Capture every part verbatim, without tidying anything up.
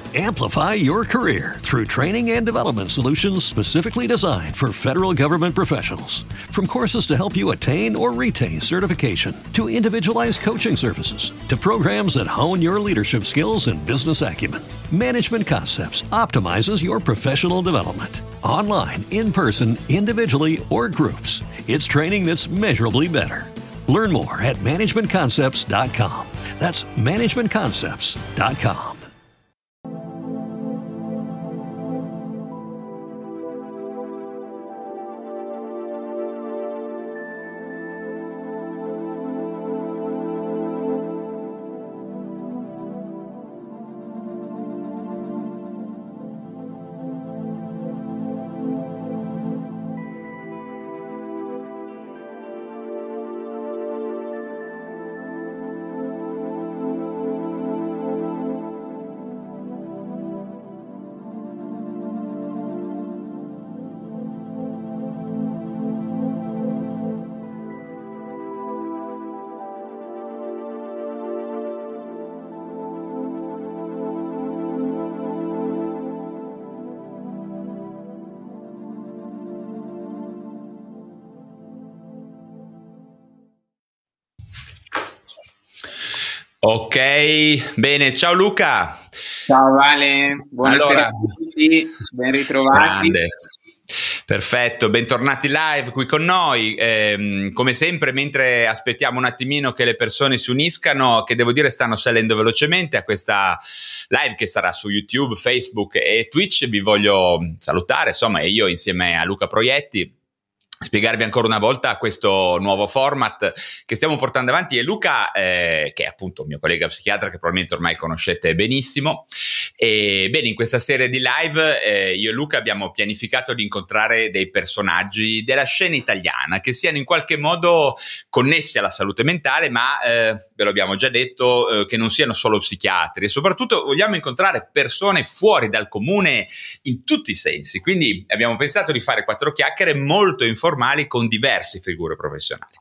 Amplify your career through training and development solutions specifically designed for federal government professionals. From courses to help you attain or retain certification, to individualized coaching services, to programs that hone your leadership skills and business acumen, Management Concepts optimizes your professional development. Online, in person, individually, or groups, it's training that's measurably better. Learn more at management concepts dot com. That's management concepts dot com. Ok, bene, ciao Luca. Ciao Vale, buonasera allora, a tutti, ben ritrovati. Grande. Perfetto, bentornati live qui con noi. Eh, come sempre, mentre aspettiamo un attimino che le persone si uniscano, che devo dire stanno salendo velocemente a questa live che sarà su YouTube, Facebook e Twitch, vi voglio salutare, insomma, io insieme a Luca Proietti, spiegarvi ancora una volta questo nuovo format che stiamo portando avanti. E Luca, eh, che è appunto un mio collega psichiatra che probabilmente ormai conoscete benissimo, e bene, in questa serie di live eh, io e Luca abbiamo pianificato di incontrare dei personaggi della scena italiana che siano in qualche modo connessi alla salute mentale, ma eh, ve lo abbiamo già detto, eh, che non siano solo psichiatri, e soprattutto vogliamo incontrare persone fuori dal comune in tutti i sensi. Quindi abbiamo pensato di fare quattro chiacchiere molto informali con diverse figure professionali.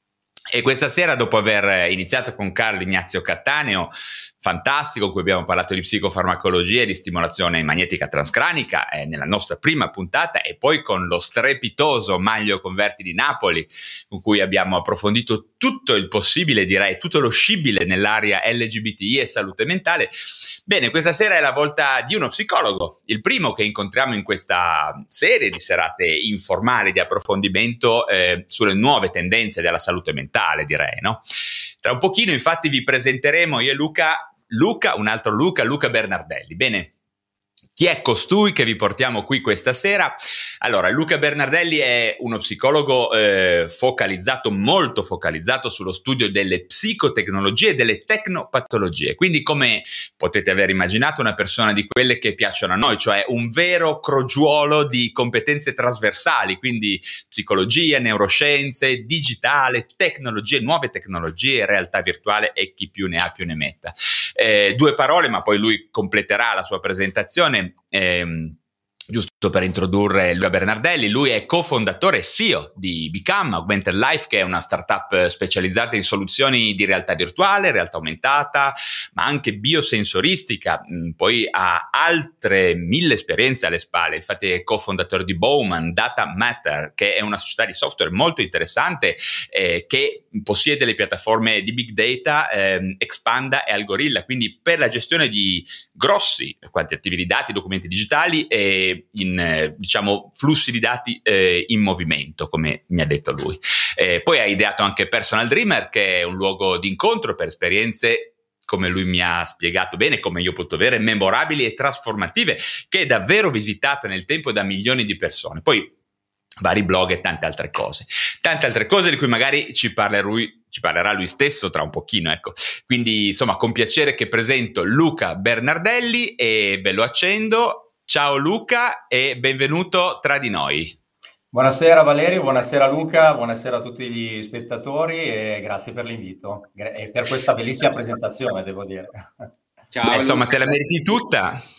E questa sera, dopo aver iniziato con Carlo Ignazio Cattaneo, fantastico, con cui abbiamo parlato di psicofarmacologia e di stimolazione magnetica transcranica eh, nella nostra prima puntata, e poi con lo strepitoso Maglio Converti di Napoli, con cui abbiamo approfondito tutto il possibile, direi tutto lo scibile nell'area L G B T I e salute mentale. Bene, questa sera è la volta di uno psicologo, il primo che incontriamo in questa serie di serate informali di approfondimento eh, sulle nuove tendenze della salute mentale, direi, no? Tra un pochino, infatti, vi presenteremo io e Luca, Luca, un altro Luca, Luca Bernardelli. Bene, chi è costui che vi portiamo qui questa sera? Allora, Luca Bernardelli è uno psicologo eh, focalizzato, molto focalizzato sullo studio delle psicotecnologie e delle tecnopatologie. Quindi, come potete aver immaginato, una persona di quelle che piacciono a noi, cioè un vero crogiuolo di competenze trasversali, quindi psicologia, neuroscienze, digitale, tecnologie, nuove tecnologie, realtà virtuale e chi più ne ha più ne metta. Eh, due parole, ma poi lui completerà la sua presentazione. Ehm, giusto per introdurre Luca Bernardelli, lui è cofondatore e C E O di Become Augmented Life, che è una startup specializzata in soluzioni di realtà virtuale, realtà aumentata, ma anche biosensoristica. Poi ha altre mille esperienze alle spalle, infatti è cofondatore di Bowman Data Matter, che è una società di software molto interessante eh, che possiede le piattaforme di big data, eh, Expanda e Algorilla, quindi per la gestione di grossi quantitativi di dati, documenti digitali e in eh, diciamo flussi di dati eh, in movimento, come mi ha detto lui. Eh, poi ha ideato anche Personal Dreamer, che è un luogo di incontro per esperienze, come lui mi ha spiegato bene, come io ho potuto vedere, memorabili e trasformative, che è davvero visitata nel tempo da milioni di persone. Poi vari blog e tante altre cose. Tante altre cose di cui magari ci parlerà lui, ci parlerà lui stesso tra un pochino, ecco. Quindi, insomma, con piacere che presento Luca Bernardelli e ve lo accendo. Ciao Luca e benvenuto tra di noi. Buonasera Valerio, buonasera Luca, buonasera a tutti gli spettatori e grazie per l'invito e per questa bellissima presentazione, devo dire. Ciao, eh, insomma, Luca. te la meriti tutta.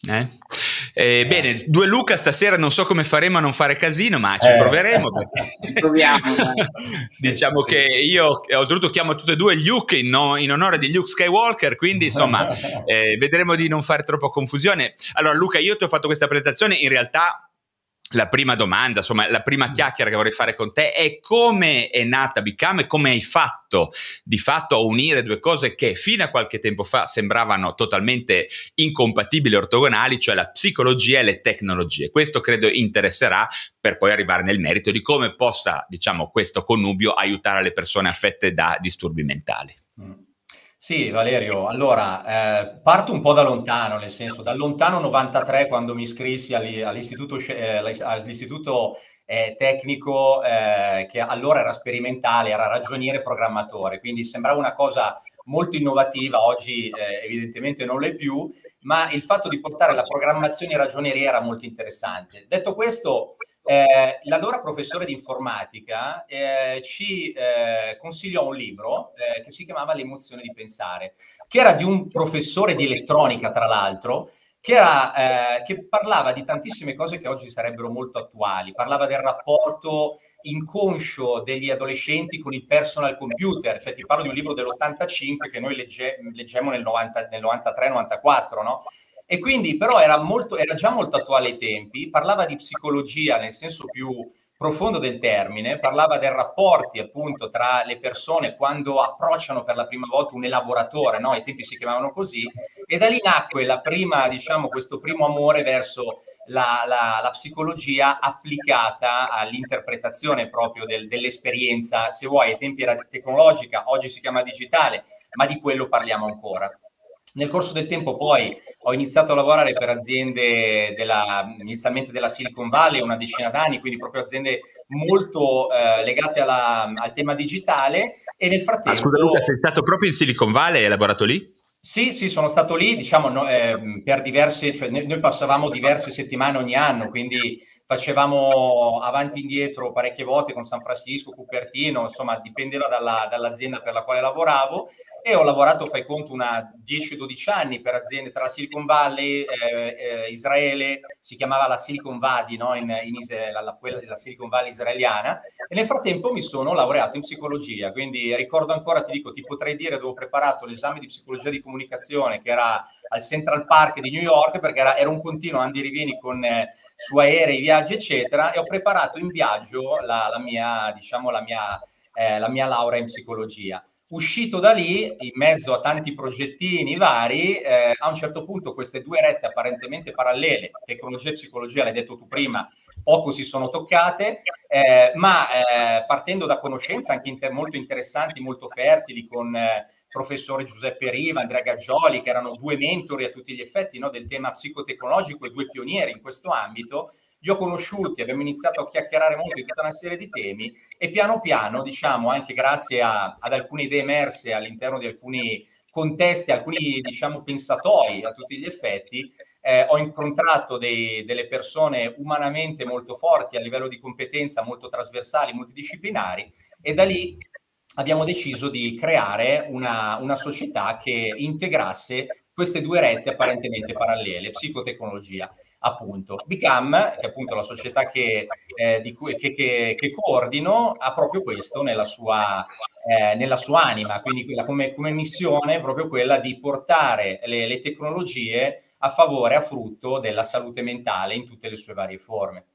Eh? Eh, bene, due Luca stasera non so come faremo a non fare casino, ma ci Eh. proveremo. Perché... Ci proviamo. diciamo sì, che sì. io oltretutto chiamo tutte e due Luke in, no, in onore di Luke Skywalker, quindi insomma eh, vedremo di non fare troppa confusione. Allora Luca, io ti ho fatto questa presentazione, in realtà la prima domanda, insomma la prima chiacchiera che vorrei fare con te è come è nata Become e come hai fatto di fatto a unire due cose che fino a qualche tempo fa sembravano totalmente incompatibili, ortogonali, cioè la psicologia e le tecnologie. Questo credo interesserà per poi arrivare nel merito di come possa, diciamo, questo connubio aiutare le persone affette da disturbi mentali. Mm. Sì, Valerio, allora eh, parto un po' da lontano, nel senso, dal lontano novantatré, quando mi iscrissi all'i- all'istituto, sci- eh, all'istituto eh, tecnico, eh, che allora era sperimentale, era ragioniere programmatore, quindi sembrava una cosa molto innovativa. Oggi eh, evidentemente non l'è più, ma il fatto di portare la programmazione in ragioneria era molto interessante. Detto questo, Eh, l'allora professore di informatica eh, ci eh, consigliò un libro eh, che si chiamava Le emozioni di pensare, che era di un professore di elettronica, tra l'altro, che, era, eh, che parlava di tantissime cose che oggi sarebbero molto attuali. Parlava del rapporto inconscio degli adolescenti con il personal computer, cioè ti parlo di un libro dell'ottantacinque che noi legge, leggemmo nel, novanta, nel novantatré novantaquattro, no? E quindi però era, molto, era già molto attuale ai tempi, parlava di psicologia nel senso più profondo del termine, parlava dei rapporti appunto tra le persone quando approcciano per la prima volta un elaboratore, no? Ai tempi si chiamavano così, e da lì nacque la prima, diciamo, questo primo amore verso la, la, la psicologia applicata all'interpretazione proprio del, dell'esperienza, se vuoi, ai tempi era tecnologica, oggi si chiama digitale, ma di quello parliamo ancora. Nel corso del tempo poi ho iniziato a lavorare per aziende della, inizialmente della Silicon Valley, una decina d'anni, quindi proprio aziende molto eh, legate alla, al tema digitale, e nel frattempo... Ah, scusa Luca, sei stato proprio in Silicon Valley e hai lavorato lì? Sì, sì, sono stato lì, diciamo, no, eh, per diverse, cioè noi, noi passavamo diverse settimane ogni anno, quindi facevamo avanti e indietro parecchie volte con San Francisco, Cupertino, insomma, dipendeva dalla, dall'azienda per la quale lavoravo, e ho lavorato, fai conto, una dieci dodici anni per aziende tra la Silicon Valley, eh, eh, Israele, si chiamava la Silicon Valley, no? in, in Israele, la, quella della Silicon Valley israeliana, e nel frattempo mi sono laureato in psicologia, quindi ricordo ancora, ti dico, ti potrei dire dove ho preparato l'esame di psicologia di comunicazione, che era al Central Park di New York, perché era, era un continuo andi e rivieni con... Eh, su aerei, viaggi, eccetera, e ho preparato in viaggio la, la mia, diciamo, la mia, eh, la mia laurea in psicologia. Uscito da lì, in mezzo a tanti progettini vari, eh, a un certo punto queste due rette apparentemente parallele, tecnologia e psicologia, l'hai detto tu prima, poco si sono toccate, eh, ma eh, partendo da conoscenze anche inter- molto interessanti, molto fertili, con eh, professore Giuseppe Riva, Andrea Gaggioli, che erano due mentori a tutti gli effetti, no, del tema psicotecnologico e due pionieri in questo ambito. Li ho conosciuti, abbiamo iniziato a chiacchierare molto di tutta una serie di temi, e piano piano, diciamo, anche grazie a, ad alcune idee emerse all'interno di alcuni contesti, alcuni, diciamo, pensatoi a tutti gli effetti, eh, ho incontrato dei, delle persone umanamente molto forti a livello di competenza, molto trasversali, multidisciplinari, e da lì abbiamo deciso di creare una, una società che integrasse queste due reti apparentemente parallele, psicotecnologia, appunto. Become, che è appunto la società che, eh, di cui, che, che, che coordino, ha proprio questo nella sua, eh, nella sua anima, quindi quella come, come missione proprio quella di portare le, le tecnologie a favore, a frutto della salute mentale in tutte le sue varie forme.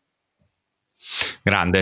Grande.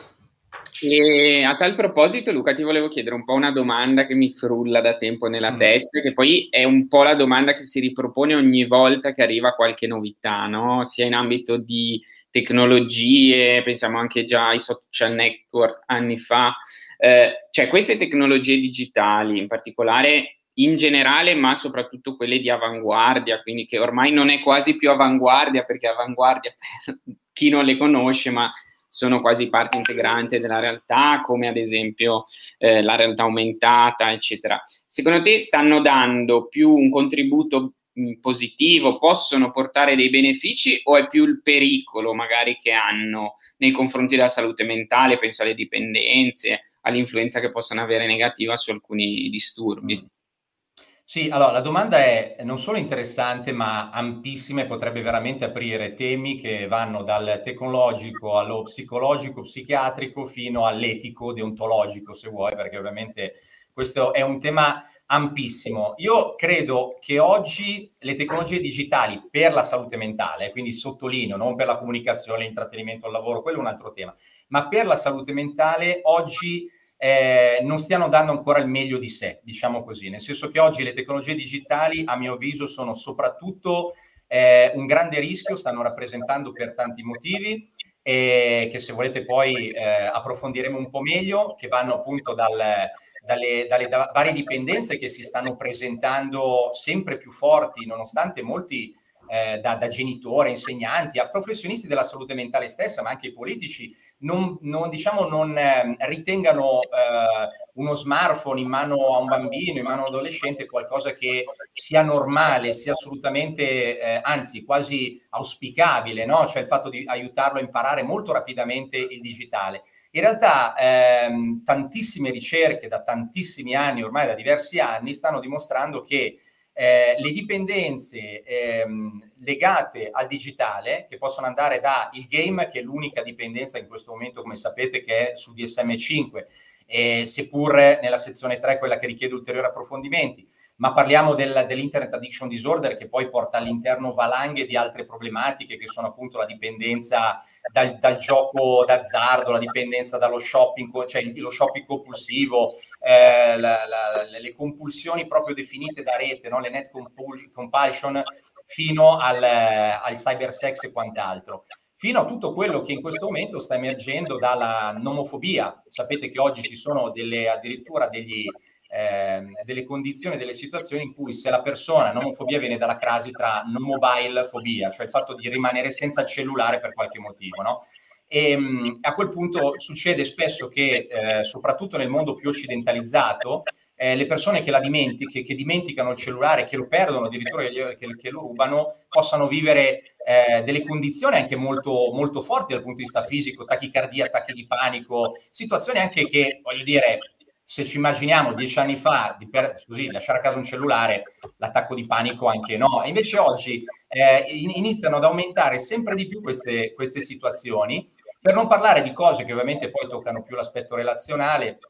E a tal proposito, Luca, ti volevo chiedere un po' una domanda che mi frulla da tempo nella mm. testa, che poi è un po' la domanda che si ripropone ogni volta che arriva qualche novità, no? Sia in ambito di tecnologie, pensiamo anche già ai social network anni fa, eh, cioè queste tecnologie digitali, in particolare in generale, ma soprattutto quelle di avanguardia, quindi che ormai non è quasi più avanguardia, perché avanguardia per chi non le conosce, ma sono quasi parte integrante della realtà, come ad esempio eh, la realtà aumentata, eccetera. Secondo te stanno dando più un contributo mh, positivo, possono portare dei benefici, o è più il pericolo magari che hanno nei confronti della salute mentale? Penso alle dipendenze, all'influenza che possono avere negativa su alcuni disturbi. Sì, allora la domanda è non solo interessante ma ampissima e potrebbe veramente aprire temi che vanno dal tecnologico allo psicologico, psichiatrico fino all'etico, deontologico se vuoi, perché ovviamente questo è un tema ampissimo. Io credo che oggi le tecnologie digitali per la salute mentale, quindi sottolineo, non per la comunicazione, l'intrattenimento, il lavoro, quello è un altro tema, ma per la salute mentale oggi Eh, non stiano dando ancora il meglio di sé, diciamo così, nel senso che oggi le tecnologie digitali, a mio avviso, sono soprattutto eh, un grande rischio, stanno rappresentando per tanti motivi, e che se volete poi eh, approfondiremo un po' meglio, che vanno appunto dal, dalle, dalle da varie dipendenze che si stanno presentando sempre più forti, nonostante molti eh, da, da genitori, insegnanti, a professionisti della salute mentale stessa, ma anche i politici, non, non, diciamo, non eh, ritengano eh, uno smartphone in mano a un bambino, in mano a un adolescente, qualcosa che sia normale, sia assolutamente, eh, anzi quasi auspicabile, no? Cioè il fatto di aiutarlo a imparare molto rapidamente il digitale. In realtà ehm, tantissime ricerche da tantissimi anni, ormai da diversi anni, stanno dimostrando che Eh, le dipendenze ehm, legate al digitale, che possono andare da il game, che è l'unica dipendenza in questo momento, come sapete, che è su D S M cinque, eh, seppur nella sezione tre quella che richiede ulteriori approfondimenti, ma parliamo del, dell'Internet Addiction Disorder, che poi porta all'interno valanghe di altre problematiche, che sono appunto la dipendenza dal, dal gioco d'azzardo, la dipendenza dallo shopping, cioè lo shopping compulsivo, eh, la, la, le compulsioni proprio definite da rete, no? Le net compul- compulsion, fino al, al cybersex e quant'altro, fino a tutto quello che in questo momento sta emergendo dalla nomofobia. Sapete che oggi ci sono delle, addirittura degli Eh, delle condizioni, delle situazioni in cui se la persona, nomofobia viene dalla crasi tra non mobile fobia, cioè il fatto di rimanere senza cellulare per qualche motivo, no? E mh, a quel punto succede spesso che, eh, soprattutto nel mondo più occidentalizzato, eh, le persone che, la dimenti- che, che dimenticano il cellulare, che lo perdono, addirittura che, che, che lo rubano, possano vivere eh, delle condizioni anche molto, molto forti dal punto di vista fisico, tachicardia, attacchi di panico, situazioni anche che, voglio dire, se ci immaginiamo dieci anni fa di per, così, lasciare a casa un cellulare, l'attacco di panico anche no. E invece oggi eh, iniziano ad aumentare sempre di più queste, queste situazioni, per non parlare di cose che ovviamente poi toccano più l'aspetto relazionale.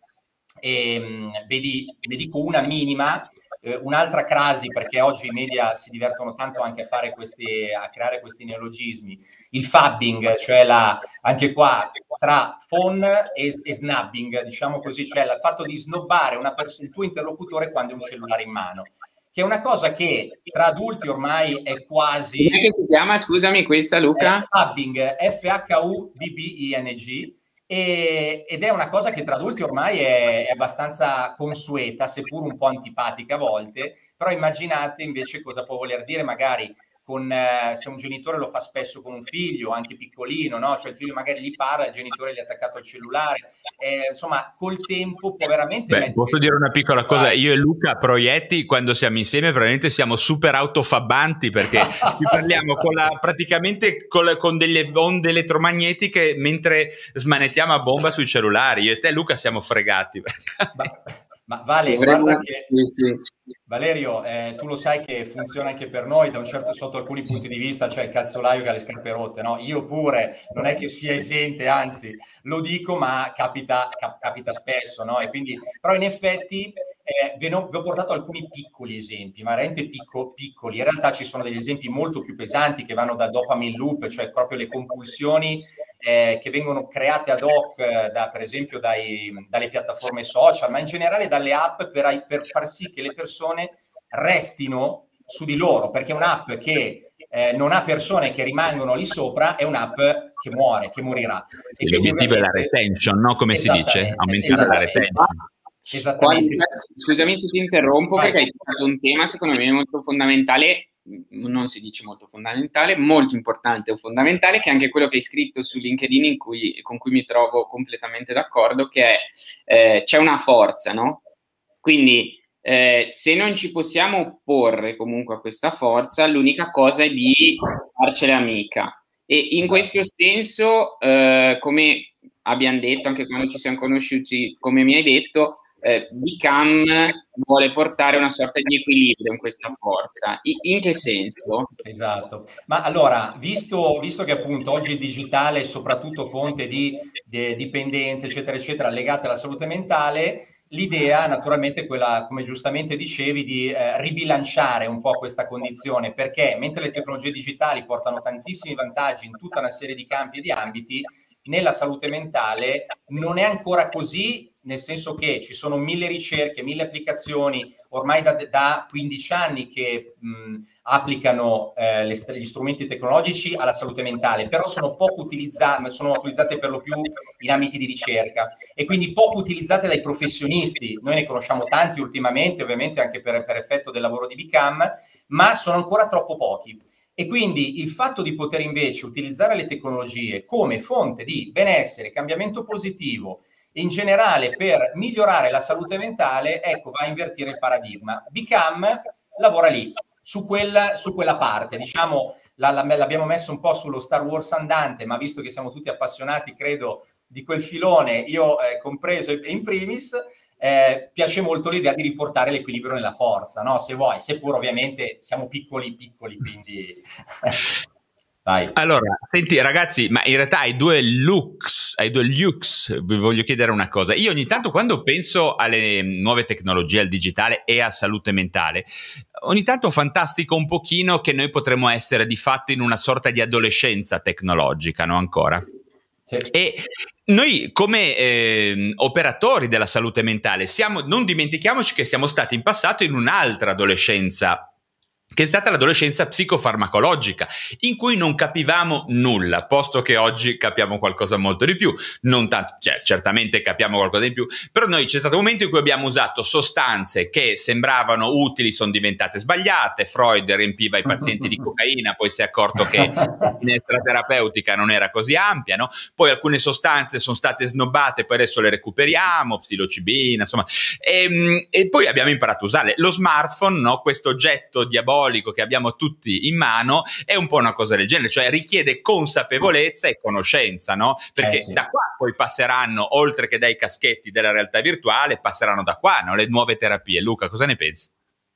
E, mh, vedi, ne dico una minima, eh, un'altra crasi, perché oggi i media si divertono tanto anche a fare questi, a creare questi neologismi, il fabbing, cioè la, anche qua tra phone e, e snubbing, diciamo così, cioè il fatto di snobbare una pers- il tuo interlocutore quando hai un cellulare in mano, che è una cosa che tra adulti ormai è quasi... Come si chiama, scusami, questa, Luca? Eh, fabbing, F H U B B I N G, e, ed è una cosa che tra adulti ormai è, è abbastanza consueta, seppur un po' antipatica a volte, però immaginate invece cosa può voler dire magari con, eh, se un genitore lo fa spesso con un figlio, anche piccolino, no? Cioè il figlio magari gli parla, il genitore gli è attaccato al cellulare, eh, insomma col tempo può veramente... Beh, posso dire una piccola cosa, io e Luca Proietti quando siamo insieme probabilmente siamo super autofabbanti, perché ci parliamo con la, praticamente con, con delle onde elettromagnetiche mentre smanettiamo a bomba sui cellulari. Io e te, Luca, siamo fregati. Ma, ma Vale, guarda che... Valerio, eh, tu lo sai che funziona anche per noi da un certo, sotto alcuni punti di vista, cioè il calzolaio che ha le scarpe rotte, no? Io pure, non è che sia esente, anzi lo dico, ma capita, cap- capita spesso, no? E quindi, però in effetti eh, vi, ho, vi ho portato alcuni piccoli esempi, ma veramente picco, piccoli. In realtà ci sono degli esempi molto più pesanti che vanno dal dopamine loop, cioè proprio le compulsioni eh, che vengono create ad hoc, eh, da, per esempio dai, dalle piattaforme social, ma in generale dalle app per, per far sì che le persone restino su di loro, perché un'app che eh, non ha persone che rimangono lì sopra è un'app che muore, che morirà. E l'obiettivo è la retention, no? Come si dice? Aumentare la retention. Esattamente. Scusami se ti interrompo, vai, perché hai toccato un tema secondo me molto fondamentale, non si dice molto fondamentale, molto importante o fondamentale, che è anche quello che hai scritto su LinkedIn, in cui, con cui mi trovo completamente d'accordo, che è eh, c'è una forza, no? Quindi eh, se non ci possiamo opporre comunque a questa forza, l'unica cosa è di farcela amica. E in questo senso, eh, come abbiamo detto anche quando ci siamo conosciuti, come mi hai detto, eh, Bicam vuole portare una sorta di equilibrio in questa forza. I, in che senso? Esatto. Ma allora, visto, visto che appunto oggi il digitale è soprattutto fonte di, di dipendenze, eccetera, eccetera, legate alla salute mentale, l'idea naturalmente è quella, come giustamente dicevi, di eh, ribilanciare un po' questa condizione, perché mentre le tecnologie digitali portano tantissimi vantaggi in tutta una serie di campi e di ambiti, nella salute mentale non è ancora così, nel senso che ci sono mille ricerche, mille applicazioni, ormai da, da quindici anni che mh, applicano eh, le, gli strumenti tecnologici alla salute mentale, però sono poco utilizzate, sono utilizzate per lo più in ambiti di ricerca e quindi poco utilizzate dai professionisti. Noi ne conosciamo tanti ultimamente, ovviamente anche per, per effetto del lavoro di Bicam, ma sono ancora troppo pochi. E quindi il fatto di poter invece utilizzare le tecnologie come fonte di benessere, cambiamento positivo, in generale per migliorare la salute mentale, ecco, va a invertire il paradigma. Bicam lavora lì, su quella, su quella parte, diciamo, la, la, l'abbiamo messo un po' sullo Star Wars andante, ma visto che siamo tutti appassionati, credo, di quel filone, io eh, compreso e in primis, eh, piace molto l'idea di riportare l'equilibrio nella forza, no? Se vuoi, seppur ovviamente siamo piccoli piccoli, quindi... Vai. Allora, senti ragazzi, ma in realtà hai due looks, hai due looks, vi voglio chiedere una cosa. Io ogni tanto quando penso alle nuove tecnologie, al digitale e a salute mentale, ogni tanto fantastico un pochino che noi potremmo essere di fatto in una sorta di adolescenza tecnologica, no ancora? Sì. E noi come eh, operatori della salute mentale siamo, non dimentichiamoci che siamo stati in passato in un'altra adolescenza, che è stata l'adolescenza psicofarmacologica, in cui non capivamo nulla, posto che oggi capiamo qualcosa molto di più, non tanto, cioè, certamente capiamo qualcosa di più, però noi c'è stato un momento in cui abbiamo usato sostanze che sembravano utili, sono diventate sbagliate, Freud riempiva i pazienti di cocaina, poi si è accorto che la finestra terapeutica non era così ampia, no? Poi alcune sostanze sono state snobbate, poi adesso le recuperiamo, psilocibina, insomma, e, e poi abbiamo imparato a usarle. Lo smartphone, no? Questo oggetto diabolico che abbiamo tutti in mano è un po' una cosa del genere, cioè richiede consapevolezza e conoscenza, no? Perché eh sì. Da qua poi passeranno, oltre che dai caschetti della realtà virtuale, passeranno da qua, no? Le nuove terapie. Luca, cosa ne pensi?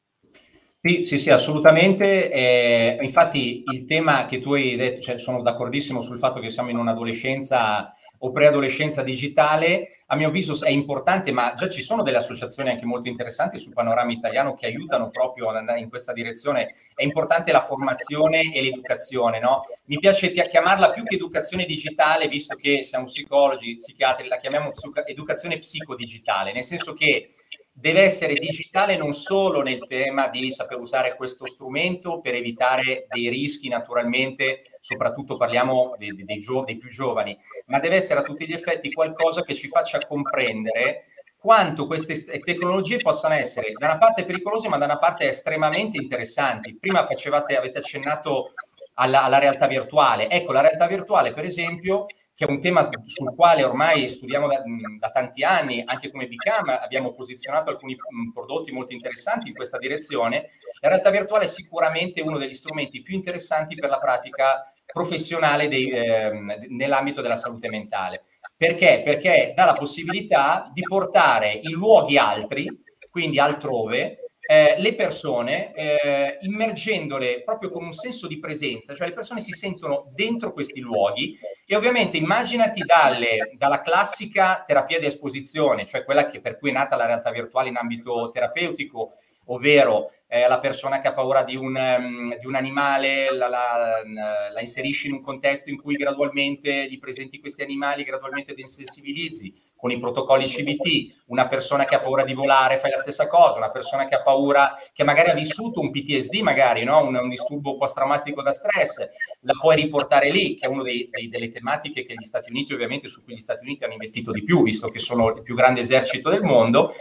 Sì, sì, sì, assolutamente. Eh, infatti il tema che tu hai detto, cioè sono d'accordissimo sul fatto che siamo in un'adolescenza o preadolescenza digitale, a mio avviso è importante, ma già ci sono delle associazioni anche molto interessanti sul panorama italiano che aiutano proprio ad andare in questa direzione. È importante la formazione e l'educazione, no? Mi piace chiamarla più che educazione digitale, visto che siamo psicologi, psichiatri, la chiamiamo educazione psicodigitale, nel senso che deve essere digitale non solo nel tema di saper usare questo strumento per evitare dei rischi, naturalmente, soprattutto parliamo dei, dei, gio- dei più giovani, ma deve essere a tutti gli effetti qualcosa che ci faccia comprendere quanto queste tecnologie possano essere da una parte pericolose, ma da una parte estremamente interessanti. Prima facevate, avete accennato alla, alla realtà virtuale. Ecco, la realtà virtuale, per esempio, che è un tema sul quale ormai studiamo da, da tanti anni, anche come Bicam abbiamo posizionato alcuni mh, prodotti molto interessanti in questa direzione. La realtà virtuale è sicuramente uno degli strumenti più interessanti per la pratica professionale dei, eh, nell'ambito della salute mentale. Perché? Perché dà la possibilità di portare in luoghi altri, quindi altrove, Eh, le persone, eh, immergendole proprio con un senso di presenza, cioè le persone si sentono dentro questi luoghi e ovviamente immaginati dalle, dalla classica terapia di esposizione, cioè quella che, per cui è nata la realtà virtuale in ambito terapeutico, ovvero eh, la persona che ha paura di un, um, di un animale, la, la, la inserisci in un contesto in cui gradualmente gli presenti questi animali, gradualmente desensibilizzi, con i protocolli C B T, una persona che ha paura di volare fai la stessa cosa, una persona che ha paura, che magari ha vissuto un P T S D, magari no? un, un disturbo post-traumatico da stress, la puoi riportare lì, che è una delle tematiche che gli Stati Uniti, ovviamente su cui gli Stati Uniti hanno investito di più, visto che sono il più grande esercito del mondo,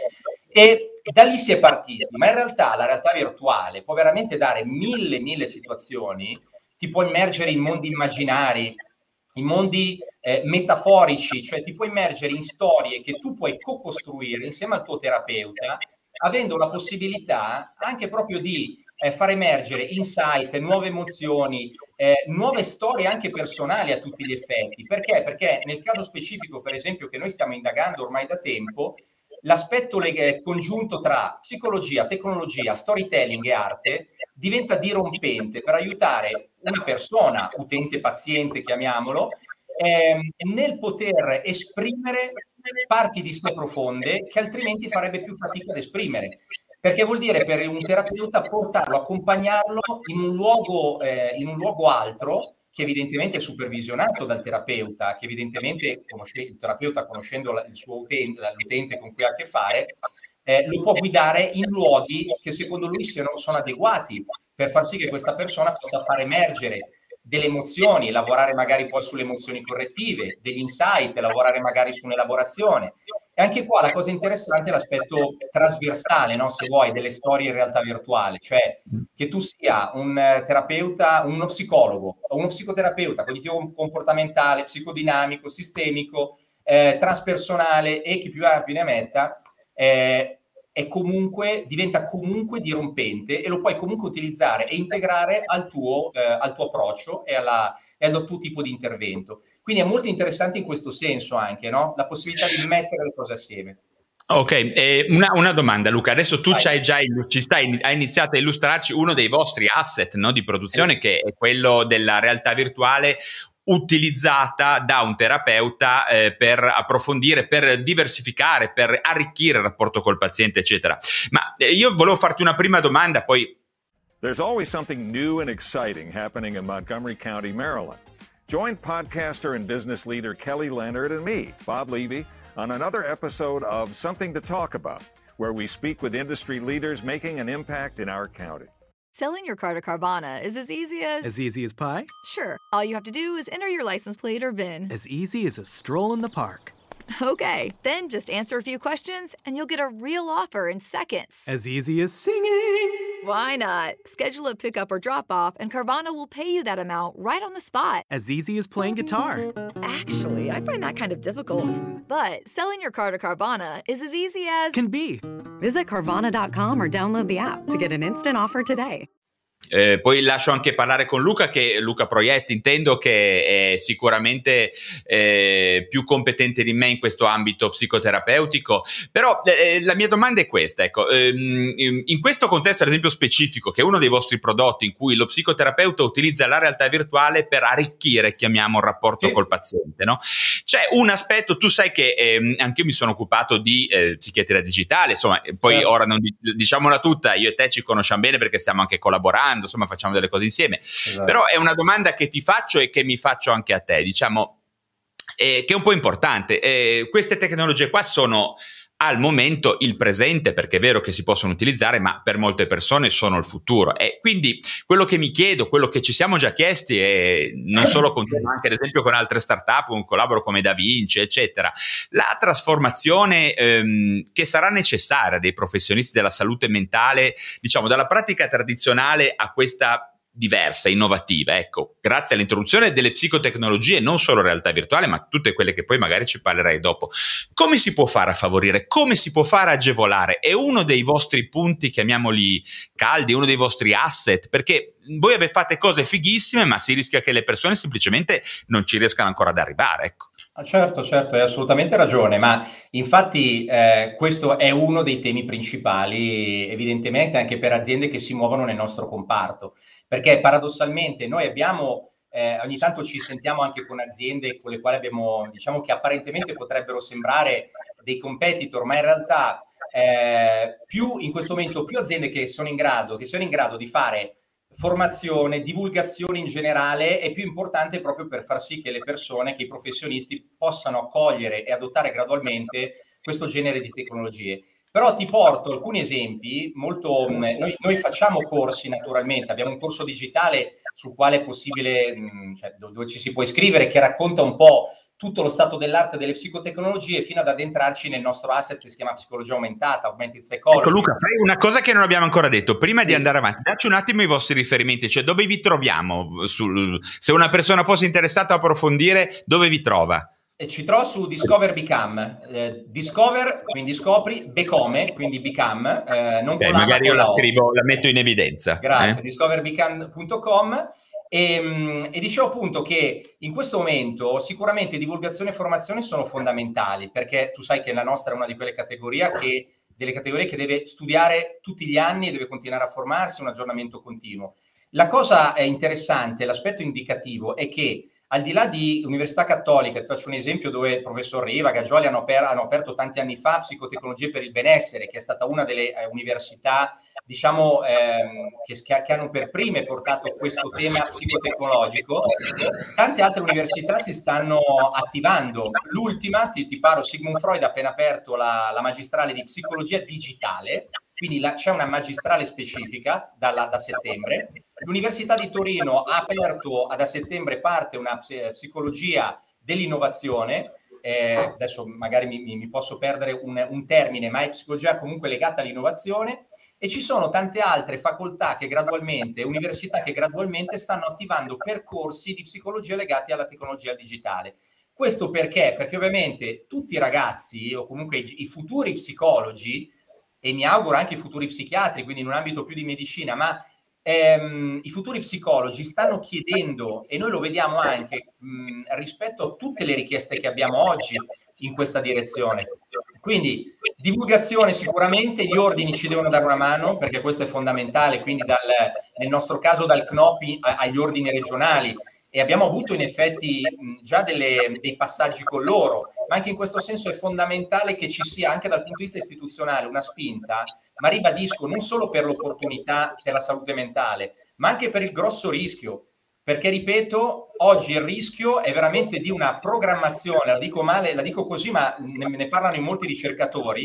e da lì si è partiti, ma in realtà la realtà virtuale può veramente dare mille, mille situazioni, ti può immergere in mondi immaginari, in mondi eh, metaforici, cioè ti puoi immergere in storie che tu puoi co-costruire insieme al tuo terapeuta, avendo la possibilità anche proprio di eh, far emergere insight, nuove emozioni, eh, nuove storie anche personali a tutti gli effetti. Perché? Perché nel caso specifico, per esempio, che noi stiamo indagando ormai da tempo, l'aspetto leg- congiunto tra psicologia, tecnologia, storytelling e arte diventa dirompente per aiutare una persona, utente paziente, chiamiamolo, ehm, nel poter esprimere parti di sé profonde che altrimenti farebbe più fatica ad esprimere. Perché vuol dire per un terapeuta portarlo, accompagnarlo in un luogo, eh, in un luogo altro, che evidentemente è supervisionato dal terapeuta, che evidentemente conosce, il terapeuta, conoscendo la, il suo utente, l'utente con cui ha a che fare, eh, lo può guidare in luoghi che secondo lui siano, sono adeguati per far sì che questa persona possa far emergere delle emozioni, lavorare magari poi sulle emozioni correttive, degli insight, lavorare magari su un'elaborazione. E anche qua la cosa interessante è l'aspetto trasversale, no? Se vuoi, delle storie in realtà virtuale, cioè che tu sia un terapeuta, uno psicologo, o uno psicoterapeuta cognitivo comportamentale, psicodinamico, sistemico, eh, transpersonale e chi più ha più ne metta, eh, è comunque, diventa comunque dirompente e lo puoi comunque utilizzare e integrare al tuo, eh, al tuo approccio e, alla, e al tuo tipo di intervento. Quindi è molto interessante in questo senso anche, no? La possibilità di mettere le cose assieme. Ok, eh, una, una domanda Luca, adesso tu Vai. c'hai già, ci stai, hai iniziato a illustrarci uno dei vostri asset, no, di produzione, sì, che è quello della realtà virtuale utilizzata da un terapeuta eh, per approfondire, per diversificare, per arricchire il rapporto col paziente, eccetera. Ma eh, io volevo farti una prima domanda, poi... There's always something new and exciting happening in Montgomery County, Maryland. Join podcaster and business leader Kelly Leonard and me, Bob Levy, on another episode of Something to Talk About, where we speak with industry leaders making an impact in our county. Selling your car to Carvana is as easy as... As easy as pie? Sure. All you have to do is enter your license plate or V I N. As easy as a stroll in the park. Okay, then just answer a few questions and you'll get a real offer in seconds. As easy as singing. Why not? Schedule a pickup or drop-off and Carvana will pay you that amount right on the spot. As easy as playing guitar. Actually, I find that kind of difficult. But selling your car to Carvana is as easy as... Can be. Visit Carvana dot com or download the app to get an instant offer today. Eh, poi lascio anche parlare con Luca, che Luca Proietti intendo, che è sicuramente eh, più competente di me in questo ambito psicoterapeutico, però eh, la mia domanda è questa, ecco, ehm, in questo contesto ad esempio specifico, che è uno dei vostri prodotti in cui lo psicoterapeuta utilizza la realtà virtuale per arricchire, chiamiamo, il rapporto sì. col paziente, no? C'è un aspetto, tu sai che ehm, anche io mi sono occupato di eh, psichiatria digitale, insomma, poi certo. ora non diciamola tutta, io e te ci conosciamo bene perché stiamo anche collaborando, insomma facciamo delle cose insieme, esatto. Però è una domanda che ti faccio e che mi faccio anche a te, diciamo, eh, che è un po' importante. Eh, queste tecnologie qua sono al momento il presente, perché è vero che si possono utilizzare, ma per molte persone sono il futuro. E quindi quello che mi chiedo, quello che ci siamo già chiesti, e non solo con te, ma anche ad esempio con altre startup, un collaboro come Da Vinci, eccetera, la trasformazione ehm, che sarà necessaria dei professionisti della salute mentale, diciamo, dalla pratica tradizionale a questa diversa, innovativa, ecco, grazie all'introduzione delle psicotecnologie, non solo realtà virtuale, ma tutte quelle che poi magari ci parlerai dopo. Come si può fare a favorire? Come si può fare a agevolare? È uno dei vostri punti, chiamiamoli caldi, uno dei vostri asset, perché voi fate cose fighissime, ma si rischia che le persone semplicemente non ci riescano ancora ad arrivare, ecco. Ah, certo, certo, hai assolutamente ragione, ma infatti eh, questo è uno dei temi principali, evidentemente anche per aziende che si muovono nel nostro comparto, perché paradossalmente noi abbiamo, eh, ogni tanto ci sentiamo anche con aziende con le quali abbiamo, diciamo che apparentemente potrebbero sembrare dei competitor, ma in realtà eh, più in questo momento più aziende che sono in grado, che sono in grado di fare formazione, divulgazione in generale è più importante proprio per far sì che le persone, che i professionisti possano accogliere e adottare gradualmente questo genere di tecnologie. Però ti porto alcuni esempi molto... Noi, noi facciamo corsi naturalmente, abbiamo un corso digitale sul quale è possibile, cioè, dove ci si può iscrivere, che racconta un po' tutto lo stato dell'arte delle psicotecnologie fino ad addentrarci nel nostro asset che si chiama psicologia aumentata, augmented psychology. Ecco Luca, fai una cosa che non abbiamo ancora detto, prima sì. di andare avanti, dacci un attimo i vostri riferimenti, cioè dove vi troviamo? Sul, se una persona fosse interessata a approfondire, dove vi trova? E ci trovo su Discover Become, eh, Discover, quindi scopri, Become, quindi Become. Eh, non okay, magari io la scrivo, la metto in evidenza. Grazie, eh? discover become punto com. E, e dicevo appunto che in questo momento sicuramente divulgazione e formazione sono fondamentali, perché tu sai che la nostra è una di quelle categorie che, delle categorie che deve studiare tutti gli anni e deve continuare a formarsi, un aggiornamento continuo. La cosa interessante, l'aspetto indicativo è che al di là di Università Cattolica, ti faccio un esempio dove il professor Riva, Gaggioli hanno, aper- hanno aperto tanti anni fa Psicotecnologie per il benessere, che è stata una delle eh, università, diciamo, ehm, che, che hanno per prime portato questo tema psicotecnologico. Tante altre università si stanno attivando. L'ultima, ti, ti parlo, Sigmund Freud ha appena aperto la, la magistrale di psicologia digitale, quindi la, c'è una magistrale specifica dalla, da settembre. L'Università di Torino ha aperto da settembre parte una psicologia dell'innovazione, eh, adesso magari mi, mi posso perdere un, un termine, ma è psicologia comunque legata all'innovazione, e ci sono tante altre facoltà che gradualmente, università che gradualmente stanno attivando percorsi di psicologia legati alla tecnologia digitale. Questo perché? Perché ovviamente tutti i ragazzi, o comunque i, i futuri psicologi, e mi auguro anche i futuri psichiatri, quindi in un ambito più di medicina, ma ehm, i futuri psicologi stanno chiedendo, e noi lo vediamo anche mh, rispetto a tutte le richieste che abbiamo oggi in questa direzione. Quindi divulgazione sicuramente, gli ordini ci devono dare una mano, perché questo è fondamentale, quindi dal, nel nostro caso dal C N O P I a, agli ordini regionali, e abbiamo avuto in effetti mh, già delle, dei passaggi con loro, ma anche in questo senso è fondamentale che ci sia anche dal punto di vista istituzionale una spinta, ma ribadisco non solo per l'opportunità della salute mentale, ma anche per il grosso rischio, perché ripeto, oggi il rischio è veramente di una programmazione, la dico male, la dico così, ma ne, ne parlano in molti ricercatori,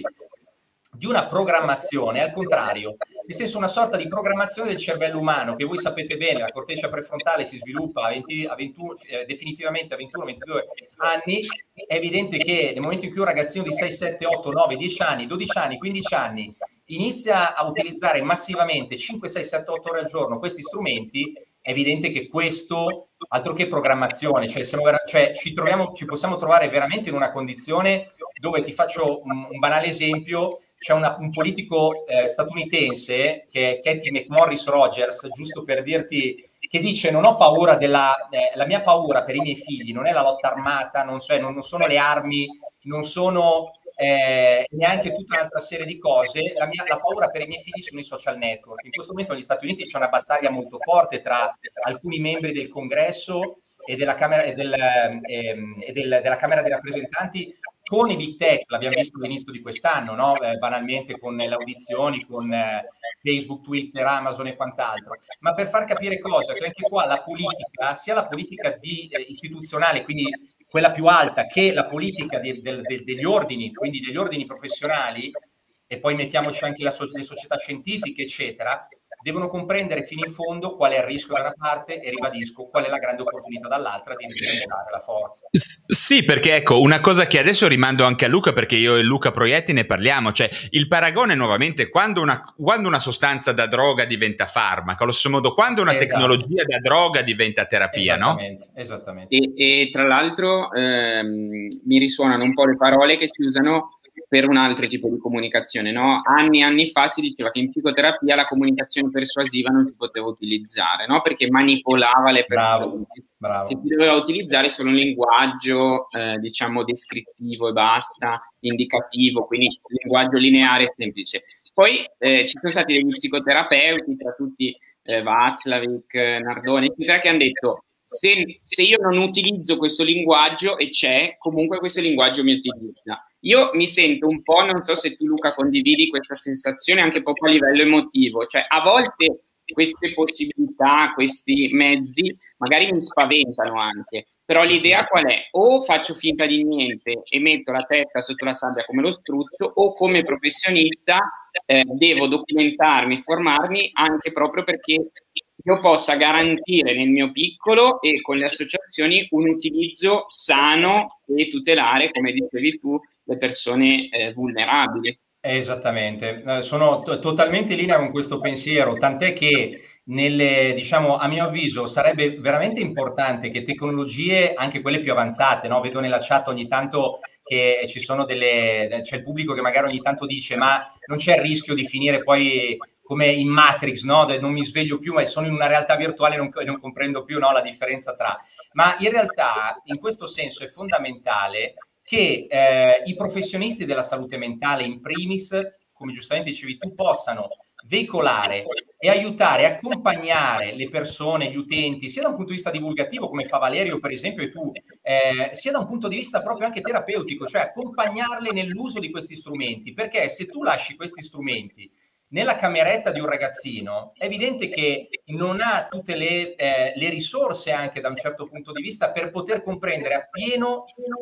di una programmazione al contrario, nel senso una sorta di programmazione del cervello umano, che voi sapete bene, la corteccia prefrontale si sviluppa a venti, a ventuno, eh, definitivamente a ventuno ventidue anni. È evidente che nel momento in cui un ragazzino di sei, sette, otto, nove, dieci anni, dodici anni, quindici anni inizia a utilizzare massivamente cinque, sei, sette, otto ore al giorno questi strumenti, è evidente che questo, altro che programmazione, cioè, siamo vera- cioè ci, troviamo, ci possiamo trovare veramente in una condizione dove, ti faccio un, un banale esempio, c'è una, un politico eh, statunitense che è Katie McMorris Rogers, giusto per dirti, che dice: non ho paura della, eh, la mia paura per i miei figli non è la lotta armata, non, so, non, non sono le armi, non sono eh, neanche tutta un'altra serie di cose, la, mia, la paura per i miei figli sono i social network. In questo momento negli Stati Uniti c'è una battaglia molto forte tra alcuni membri del Congresso e della Camera, e del, ehm, e del, della Camera dei rappresentanti con i big tech, l'abbiamo visto all'inizio di quest'anno, no? eh, banalmente con le audizioni, con eh, Facebook, Twitter, Amazon e quant'altro. Ma per far capire cosa, che anche qua la politica, sia la politica di, eh, istituzionale, quindi quella più alta, che la politica di, del, del, degli ordini, quindi degli ordini professionali, e poi mettiamoci anche la so- le società scientifiche, eccetera, devono comprendere fino in fondo qual è il rischio da una parte e, ribadisco, qual è la grande opportunità dall'altra di diventare la forza. Sì, perché ecco, una cosa che adesso rimando anche a Luca, perché io e Luca Proietti ne parliamo, cioè il paragone nuovamente quando una, quando una sostanza da droga diventa farmaco, allo stesso modo quando una esatto. tecnologia da droga diventa terapia, esattamente, no? Esattamente. E, e tra l'altro ehm, mi risuonano un po' le parole che si usano per un altro tipo di comunicazione, no? Anni e anni fa si diceva che in psicoterapia la comunicazione persuasiva non si poteva utilizzare, no? Perché manipolava le persone. Bravo, bravo. Che si doveva utilizzare solo un linguaggio eh, diciamo descrittivo e basta, indicativo, quindi linguaggio lineare e semplice. Poi eh, ci sono stati degli psicoterapeuti, tra tutti eh, Václavic, Nardone, eccetera, che hanno detto: se, se io non utilizzo questo linguaggio e c'è, comunque questo linguaggio mi utilizza. Io mi sento un po', non so se tu Luca condividi questa sensazione anche proprio a livello emotivo, cioè a volte queste possibilità, questi mezzi magari mi spaventano anche, però l'idea qual è? O faccio finta di niente e metto la testa sotto la sabbia come lo struzzo, o come professionista eh, devo documentarmi, formarmi anche proprio perché io possa garantire nel mio piccolo e con le associazioni un utilizzo sano e tutelare, come dicevi tu, le persone eh, vulnerabili. Esattamente, eh, sono to- totalmente in linea con questo pensiero, tant'è che nelle, diciamo, a mio avviso sarebbe veramente importante che tecnologie, anche quelle più avanzate, no? Vedo nella chat ogni tanto che ci sono delle, c'è il pubblico che magari ogni tanto dice: ma non c'è il rischio di finire poi come in Matrix, no? Non mi sveglio più, ma sono in una realtà virtuale e non, non comprendo più, no, la differenza tra. Ma in realtà, in questo senso, è fondamentale che eh, i professionisti della salute mentale, in primis, come giustamente dicevi tu, possano veicolare e aiutare, accompagnare le persone, gli utenti, sia da un punto di vista divulgativo, come fa Valerio per esempio e tu, eh, sia da un punto di vista proprio anche terapeutico, cioè accompagnarle nell'uso di questi strumenti, perché se tu lasci questi strumenti nella cameretta di un ragazzino, è evidente che non ha tutte le, eh, le risorse anche da un certo punto di vista per poter comprendere appieno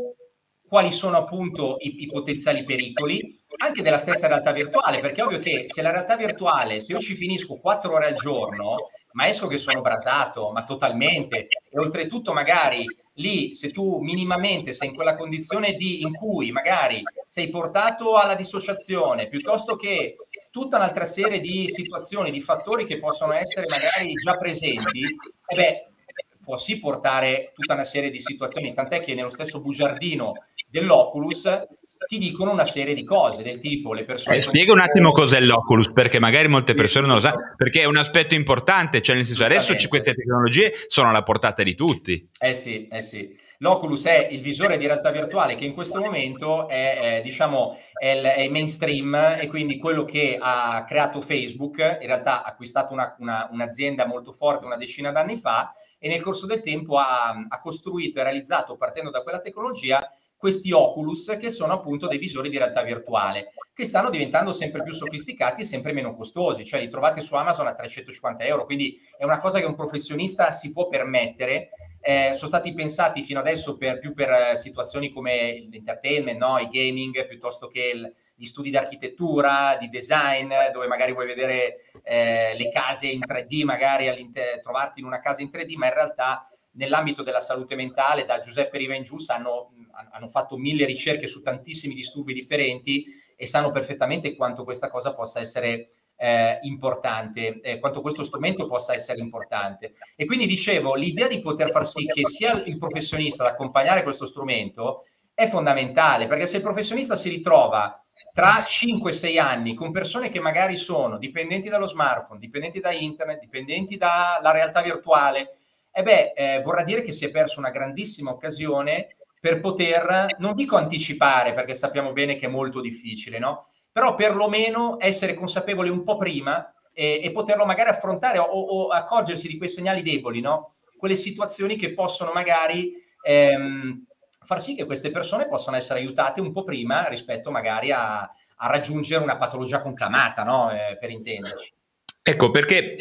quali sono appunto i, i potenziali pericoli anche della stessa realtà virtuale, perché è ovvio che se la realtà virtuale, se io ci finisco quattro ore al giorno, ma esco che sono brasato, ma totalmente, e oltretutto magari lì, se tu minimamente sei in quella condizione di, in cui magari sei portato alla dissociazione, piuttosto che tutta un'altra serie di situazioni, di fattori che possono essere magari già presenti, e beh, può sì portare tutta una serie di situazioni, tant'è che nello stesso bugiardino dell'Oculus ti dicono una serie di cose del tipo le persone... Eh, spiega un attimo cos'è l'Oculus, perché magari molte persone non lo sanno, perché è un aspetto importante, cioè nel senso adesso queste tecnologie sono alla portata di tutti. Eh sì, eh sì. L'Oculus è il visore di realtà virtuale che in questo momento è, è diciamo, è il, è il mainstream, e quindi quello che ha creato Facebook, in realtà ha acquistato una, una, un'azienda molto forte una decina d'anni fa, e nel corso del tempo ha, ha costruito e realizzato, partendo da quella tecnologia, questi Oculus, che sono appunto dei visori di realtà virtuale, che stanno diventando sempre più sofisticati e sempre meno costosi, cioè li trovate su Amazon a trecentocinquanta euro, quindi è una cosa che un professionista si può permettere. Eh, sono stati pensati fino adesso per, più per eh, situazioni come l'entertainment, no? I gaming, piuttosto che il, gli studi di architettura, di design, dove magari vuoi vedere eh, le case in tre D, magari trovarti in una casa in tre D, ma in realtà nell'ambito della salute mentale, da Giuseppe Riva in giù, hanno, hanno fatto mille ricerche su tantissimi disturbi differenti e sanno perfettamente quanto questa cosa possa essere eh, importante, eh, quanto questo strumento possa essere importante. E quindi dicevo, l'idea di poter far sì che sia il professionista ad accompagnare questo strumento è fondamentale, perché se il professionista si ritrova tra cinque sei anni con persone che magari sono dipendenti dallo smartphone, dipendenti da internet, dipendenti dalla realtà virtuale, e beh, eh, vorrà dire che si è perso una grandissima occasione per poter, non dico anticipare, perché sappiamo bene che è molto difficile, no? Però perlomeno essere consapevoli un po' prima e, e poterlo magari affrontare o, o accorgersi di quei segnali deboli, no? Quelle situazioni che possono magari ehm, far sì che queste persone possano essere aiutate un po' prima rispetto magari a, a raggiungere una patologia conclamata, no? Eh, per intenderci. Ecco, perché...